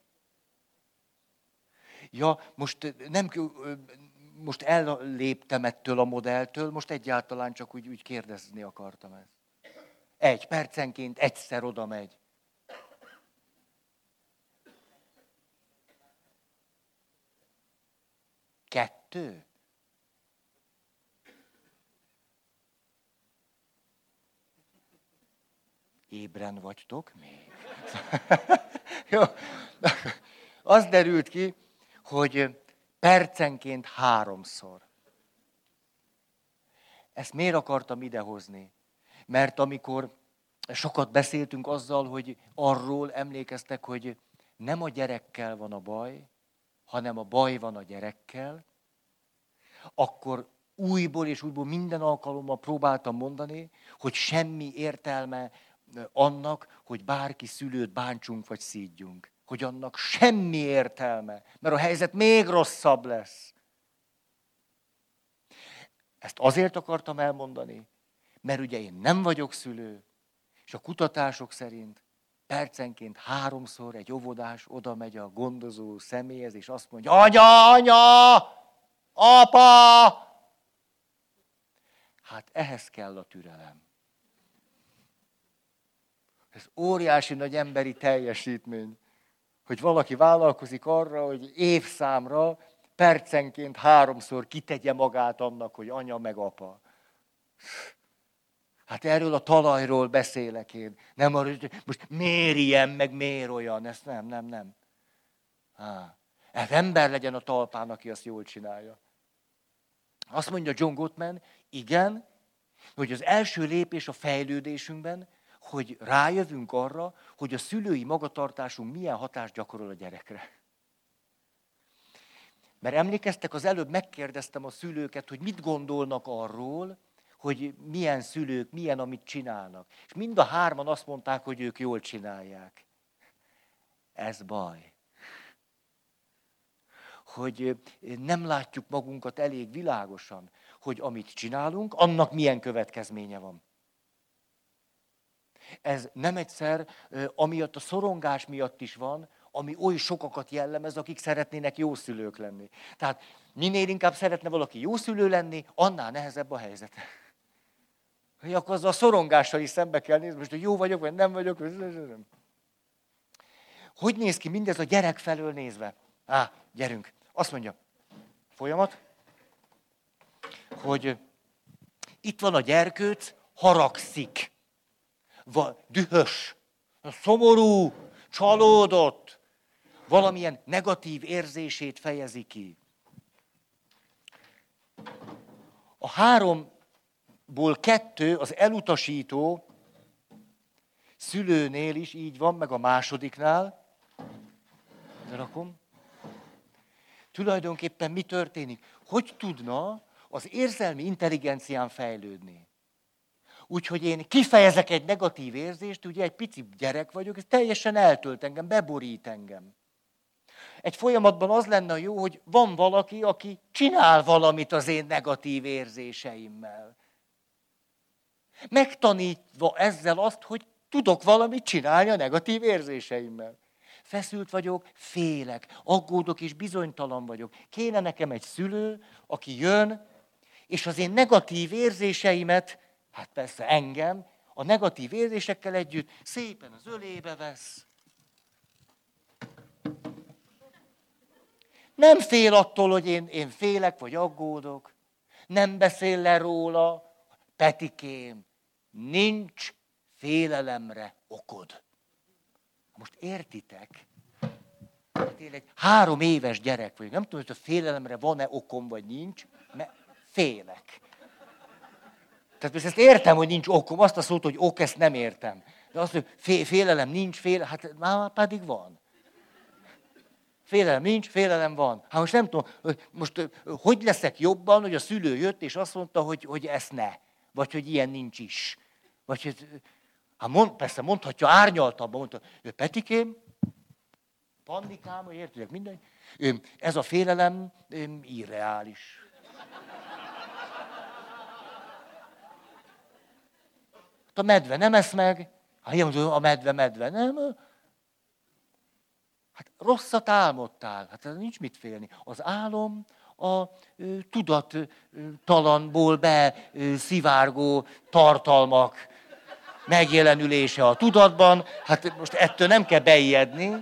Ja, most nem... Most elléptem ettől a modelltől, most egyáltalán csak úgy, úgy kérdezni akartam ezt. Egy percenként egyszer oda megy. Kettő? Ébren vagytok még? Jó. Az derült ki, hogy percenként háromszor. Ezt miért akartam idehozni? Mert amikor sokat beszéltünk azzal, hogy arról emlékeztek, hogy nem a gyerekkel van a baj, hanem a baj van a gyerekkel, akkor újból és újból minden alkalommal próbáltam mondani, hogy semmi értelme annak, hogy bárki szülőt bántsunk vagy szídjunk. Hogy annak semmi értelme, mert a helyzet még rosszabb lesz. Ezt azért akartam elmondani, mert ugye én nem vagyok szülő, és a kutatások szerint percenként háromszor egy óvodás oda megy a gondozó személyhez, és azt mondja, anya, anya, apa! Hát ehhez kell a türelem. Ez óriási nagy emberi teljesítmény, hogy valaki vállalkozik arra, hogy évszámra percenként háromszor kitegye magát annak, hogy anya meg apa. Hát erről a talajról beszélek én. Nem arról, hogy most miért ilyen, meg miért olyan. Ezt nem, nem, nem. Há. Ez ember legyen a talpán, aki azt jól csinálja. Azt mondja John Gottman, igen, hogy az első lépés a fejlődésünkben, hogy rájövünk arra, hogy a szülői magatartásunk milyen hatást gyakorol a gyerekre. Mert emlékeztek, az előbb megkérdeztem a szülőket, hogy mit gondolnak arról, hogy milyen szülők, milyen, amit csinálnak. És mind a hárman azt mondták, hogy ők jól csinálják. Ez baj. Hogy nem látjuk magunkat elég világosan, hogy amit csinálunk, annak milyen következménye van. Ez nem egyszer, amiatt a szorongás miatt is van, ami oly sokakat jellemez, akik szeretnének jó szülők lenni. Tehát minél inkább szeretne valaki jó szülő lenni, annál nehezebb a helyzet. Hogy akkor azzal a szorongással is szembe kell nézni, most hogy jó vagyok, vagy nem vagyok. Hogy néz ki mindez a gyerek felől nézve? Á, gyerünk. Azt mondja, folyamat, hogy itt van a gyerkőc, haragszik, dühös, szomorú, csalódott, valamilyen negatív érzését fejezi ki. A háromból kettő, az elutasító szülőnél is így van, meg a másodiknál. Rakom. Tulajdonképpen mi történik? Hogy tudna az érzelmi intelligencián fejlődni? Úgyhogy én kifejezek egy negatív érzést, ugye egy pici gyerek vagyok, ez teljesen eltölt engem, beborít engem. Egy folyamatban az lenne jó, hogy van valaki, aki csinál valamit az én negatív érzéseimmel. Megtanítva ezzel azt, hogy tudok valamit csinálni a negatív érzéseimmel. Feszült vagyok, félek, aggódok és bizonytalan vagyok. Kéne nekem egy szülő, aki jön, és az én negatív érzéseimet, hát persze engem, a negatív érzésekkel együtt szépen az ölébe vesz. Nem fél attól, hogy én, én félek vagy aggódok. Nem beszél le róla. Petikém, nincs félelemre okod. Most értitek? Én egy három éves gyerek vagyok. Nem tudom, hogy a félelemre van-e okom, vagy nincs, mert félek. Tehát ezt értem, hogy nincs okom. Azt a szót, hogy ok, ezt nem értem. De azt, hogy félelem nincs, félelem, hát már pedig van. Félelem nincs, félelem van. Hát most nem tudom, most hogy leszek jobban, hogy a szülő jött, és azt mondta, hogy, hogy ezt ne. Vagy hogy ilyen nincs is. Vagy hogy, hát mond, persze mondhatja árnyaltabban, mondta, Petikém, Pannikám, hogy értitek minden, ez a félelem irreális. A medve nem esz meg, hát a medve, medve, nem. Hát rosszat álmodtál, hát nincs mit félni. Az álom a ö, tudattalanból be ö, szivárgó tartalmak megjelenülése a tudatban. Hát most ettől nem kell beijedni.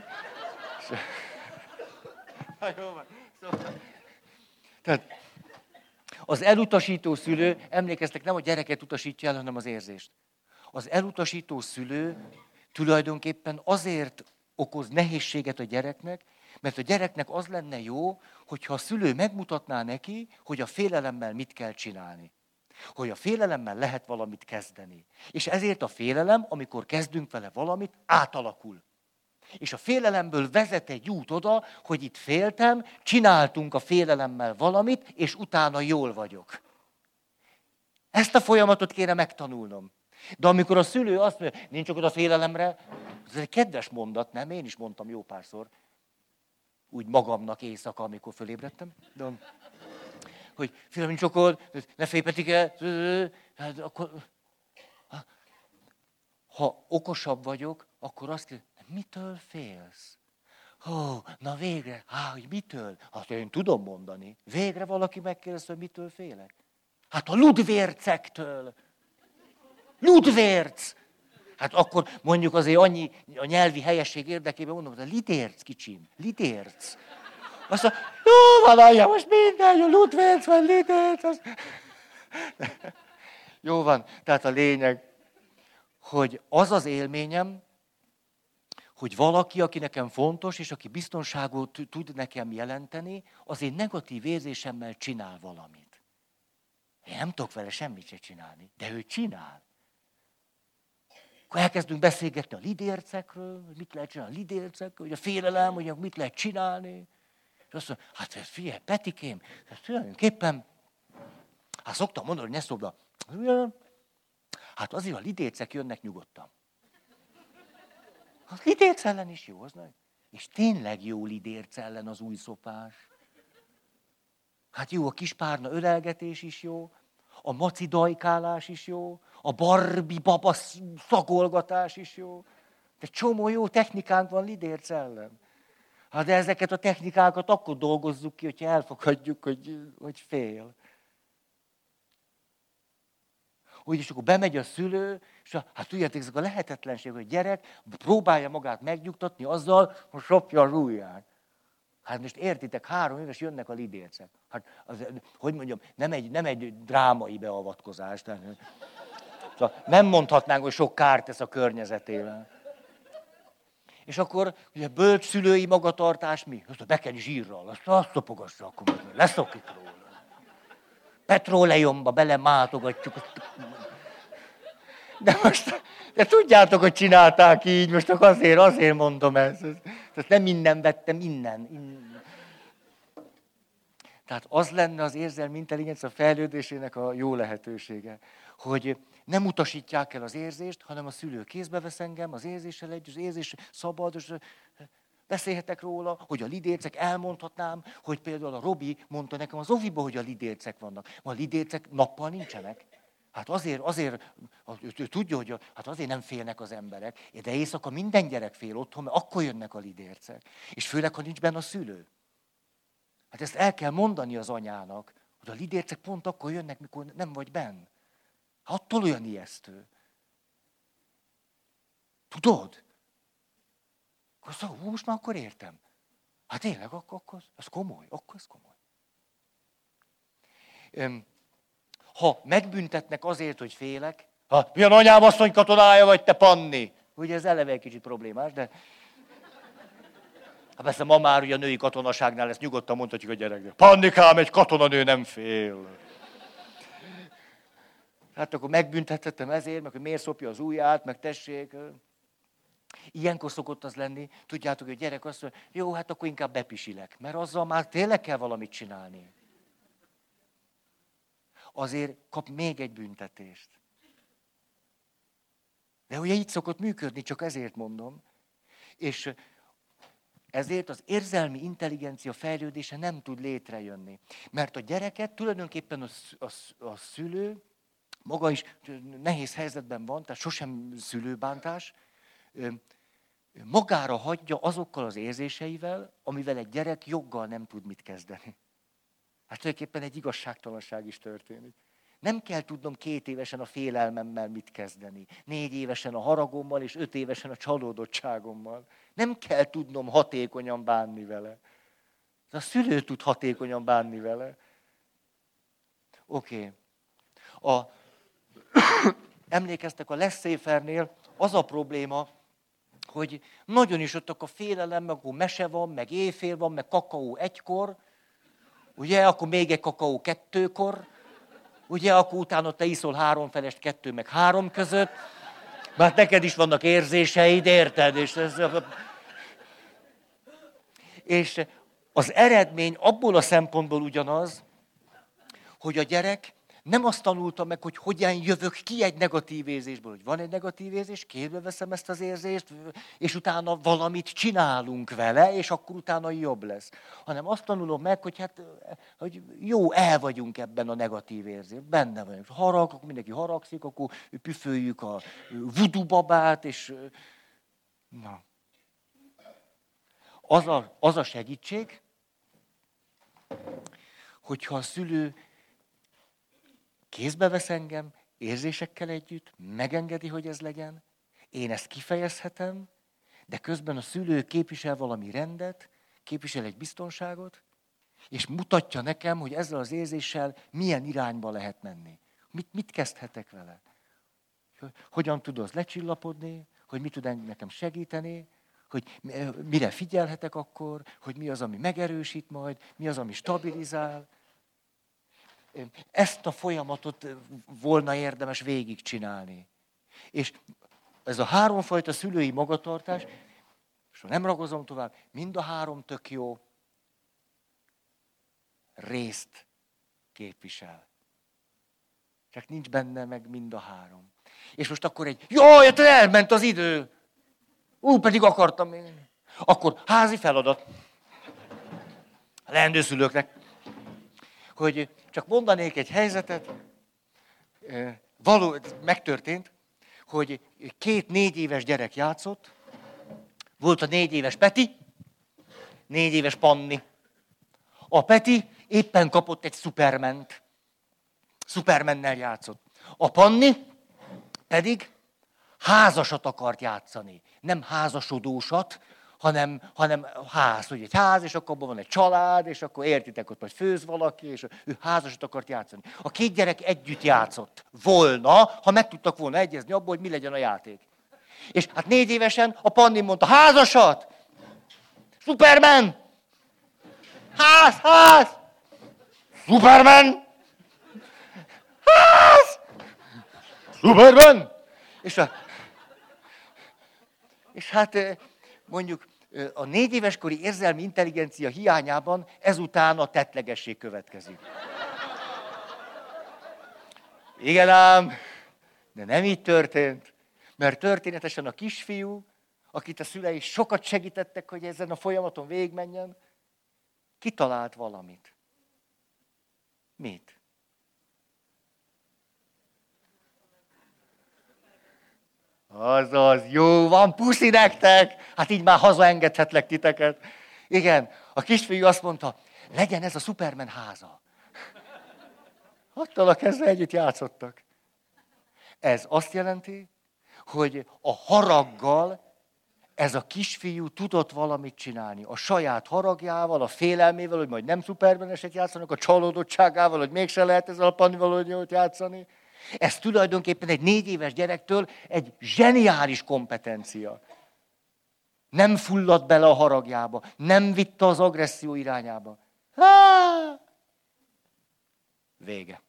Tehát az elutasító szülő, emlékeztek, nem a gyereket utasítja el, hanem az érzést. az elutasító szülő tulajdonképpen azért okoz nehézséget a gyereknek, mert a gyereknek az lenne jó, hogyha a szülő megmutatná neki, hogy a félelemmel mit kell csinálni. Hogy a félelemmel lehet valamit kezdeni. És ezért a félelem, amikor kezdünk vele valamit, átalakul. És a félelemből vezet egy út oda, hogy itt féltem, csináltunk a félelemmel valamit, és utána jól vagyok. Ezt a folyamatot kéne megtanulnom. De amikor a szülő azt mondja, nincs okod a félelemre, ez egy kedves mondat, nem? Én is mondtam jó párszor. Úgy magamnak éjszaka, amikor fölébredtem. De, hogy félelem nincs okod, ne félj Petike, hát akkor... Ha okosabb vagyok, akkor azt kérdezem, mitől félsz? Ó, na végre, há, hogy mitől? Hát én tudom mondani. Végre valaki megkérdezte, hogy mitől félek? Hát a ludvércektől. Ludvérc! Hát akkor mondjuk azért annyi a nyelvi helyesség érdekében mondom, hogy a lidérc kicsim, lidérc. Azt mondja, jó van, anya, most minden, jó, ludvérc van, lidérc. Az... Jó van, tehát a lényeg, hogy az az élményem, hogy valaki, aki nekem fontos, és aki biztonságot tud nekem jelenteni, az én negatív érzésemmel csinál valamit. Én nem tudok vele semmit se csinálni, de ő csinál. Akkor elkezdünk beszélgetni a lidércekről, hogy mit lehet csinálni a lidércekről, hogy a félelem, hogy mit lehet csinálni. És azt mondja, hát figyelj, Petikém, ez tulajdonképpen, hát szoktam mondani, hogy ne szobda. Hát azért a lidércek jönnek nyugodtan. Az lidérc ellen is jó, az nagy. És tényleg jó lidérc ellen az új szopás. Hát jó, a kispárna ölelgetés is jó, a maci dajkálás is jó, a Barbie baba szagolgatás is jó. De csomó jó technikánk van lidérc ellen. Hát de ezeket a technikákat akkor dolgozzuk ki, hogyha elfogadjuk, hogy, hogy fél. Úgyis akkor bemegy a szülő, és a, hát tudjátok, ezek a lehetetlenség, hogy gyerek próbálja magát megnyugtatni azzal, hogy sopja az ujját. Hát most értitek, három éves jönnek a lidércek. Hát, az, hogy mondjam, nem egy, nem egy drámai beavatkozás. Tehát, szóval nem mondhatnánk, hogy sok kárt tesz a környezetében. És akkor ugye bölcs szülői magatartás mi? Azt be kell zsírral, azt, azt szopogassa, akkor leszokik róla. Petróleumba belemátogatjuk. De most, de tudjátok, hogy csinálták így, most csak azért, azért mondom ezt. Tehát nem innen vettem, innen. innen. Tehát az lenne az érzelmi intelligencia fejlődésének a jó lehetősége, hogy nem utasítják el az érzést, hanem a szülő kézbe vesz engem, az érzéssel együtt, az érzés szabad, és beszélhetek róla, hogy a lidércek, elmondhatnám, hogy például a Robi mondta nekem az oviba, hogy a lidércek vannak. Ma a lidércek nappal nincsenek. Hát azért, azért ő tudja, hogy a, hát azért nem félnek az emberek, de éjszaka minden gyerek fél otthon, mert akkor jönnek a lidércek. És főleg, ha nincs benne a szülő. Hát ezt el kell mondani az anyának, hogy a lidércek pont akkor jönnek, mikor nem vagy benn. Hát attól olyan ijesztő. Tudod? Szóval, hú, most már akkor értem. Hát tényleg, akkor, akkor ez komoly, akkor ez komoly. Ha megbüntetnek azért, hogy félek, ha milyen anyám asszony katonája vagy, te Panni? Ugye ez eleve egy kicsit problémás, de... Hát persze ma már ugye a női katonaságnál ezt nyugodtan mondhatjuk a gyereknek. Pannikám, egy katonanő nem fél. Hát akkor megbüntethettem ezért, meg hogy miért szopja az ujját, meg tessék... Ilyenkor szokott az lenni, tudjátok, hogy a gyerek azt mondja, jó, hát akkor inkább bepisilek, mert azzal már tényleg kell valamit csinálni. Azért kap még egy büntetést. De ugye így szokott működni, csak ezért mondom. És ezért az érzelmi intelligencia fejlődése nem tud létrejönni. Mert a gyereket tulajdonképpen a, a, a szülő maga is nehéz helyzetben van, tehát sosem szülőbántás, magára hagyja azokkal az érzéseivel, amivel egy gyerek joggal nem tud mit kezdeni. Hát tulajdonképpen egy igazságtalanság is történik. Nem kell tudnom két évesen a félelmemmel mit kezdeni, négy évesen a haragommal, és öt évesen a csalódottságommal. Nem kell tudnom hatékonyan bánni vele. A szülő tud hatékonyan bánni vele. Oké. Okay. A... emlékeztek, a Lessayfernél az a probléma, hogy nagyon is ott a félelem, meg akkor mese van, meg éjfél van, meg kakaó egykor, ugye, akkor még egy kakaó kettőkor, ugye, akkor utána te iszol három felest, kettő meg három között, mert neked is vannak érzéseid, érted? És, ez, és az eredmény abból a szempontból ugyanaz, hogy a gyerek nem azt tanulta meg, hogy hogyan jövök ki egy negatív érzésből, hogy van egy negatív érzés, képbe veszem ezt az érzést, és utána valamit csinálunk vele, és akkor utána jobb lesz. Hanem azt tanulom meg, hogy hát, hogy jó, el vagyunk ebben a negatív érzésben, benne vagyunk. Harag, akkor mindenki haragszik, akkor püföljük a voodoo babát, és na. Az a, az a segítség, hogyha a szülő kézbe vesz engem, érzésekkel együtt, megengedi, hogy ez legyen, én ezt kifejezhetem, de közben a szülő képvisel valami rendet, képvisel egy biztonságot, és mutatja nekem, hogy ezzel az érzéssel milyen irányba lehet menni. Mit, mit kezdhetek vele? Hogyan tud az lecsillapodni, hogy mit tud nekem segíteni, hogy mire figyelhetek akkor, hogy mi az, ami megerősít majd, mi az, ami stabilizál. Ezt a folyamatot volna érdemes végigcsinálni. És ez a háromfajta szülői magatartás, és ha nem ragozom tovább, mind a három tök jó részt képvisel. Csak nincs benne meg mind a három. És most akkor egy, jaj, elment az idő! Ú, pedig akartam még. Akkor házi feladat. A leendő szülőknek. Hogy csak mondanék egy helyzetet, való, megtörtént, hogy két négy éves gyerek játszott, volt a négy éves Peti, négy éves Panni. A Peti éppen kapott egy Superment. Supermannel játszott. A Panni pedig házasat akart játszani. Nem házasodósat, hanem, hanem ház, hogy egy ház, és akkor abban van egy család, és akkor értitek, ott majd főz valaki, és ő házasat akart játszani. A két gyerek együtt játszott volna, ha meg tudtak volna egyezni abból, hogy mi legyen a játék. És hát négy évesen a Panni mondta, házasat! Superman! Ház, ház! Superman! Ház! Superman! És, a, és hát mondjuk a négy éveskori érzelmi intelligencia hiányában ezután a tettlegesség következik. Igen ám, de nem így történt, mert történetesen a kisfiú, akit a szülei sokat segítettek, hogy ezen a folyamaton végigmenjen, kitalált valamit. Mit? Azaz, jó van, puszi nektek! Hát így már hazaengedhetlek titeket. Igen, a kisfiú azt mondta, legyen ez a Superman háza. Attól a kezdve együtt játszottak. Ez azt jelenti, hogy a haraggal ez a kisfiú tudott valamit csinálni. A saját haragjával, a félelmével, hogy majd nem szupermeneset játszanak, a csalódottságával, hogy mégse lehet ezzel a Pannival jót játszani. Ez tulajdonképpen egy négy éves gyerektől egy zseniális kompetencia. Nem fulladt bele a haragjába, nem vitte az agresszió irányába. Há! Vége.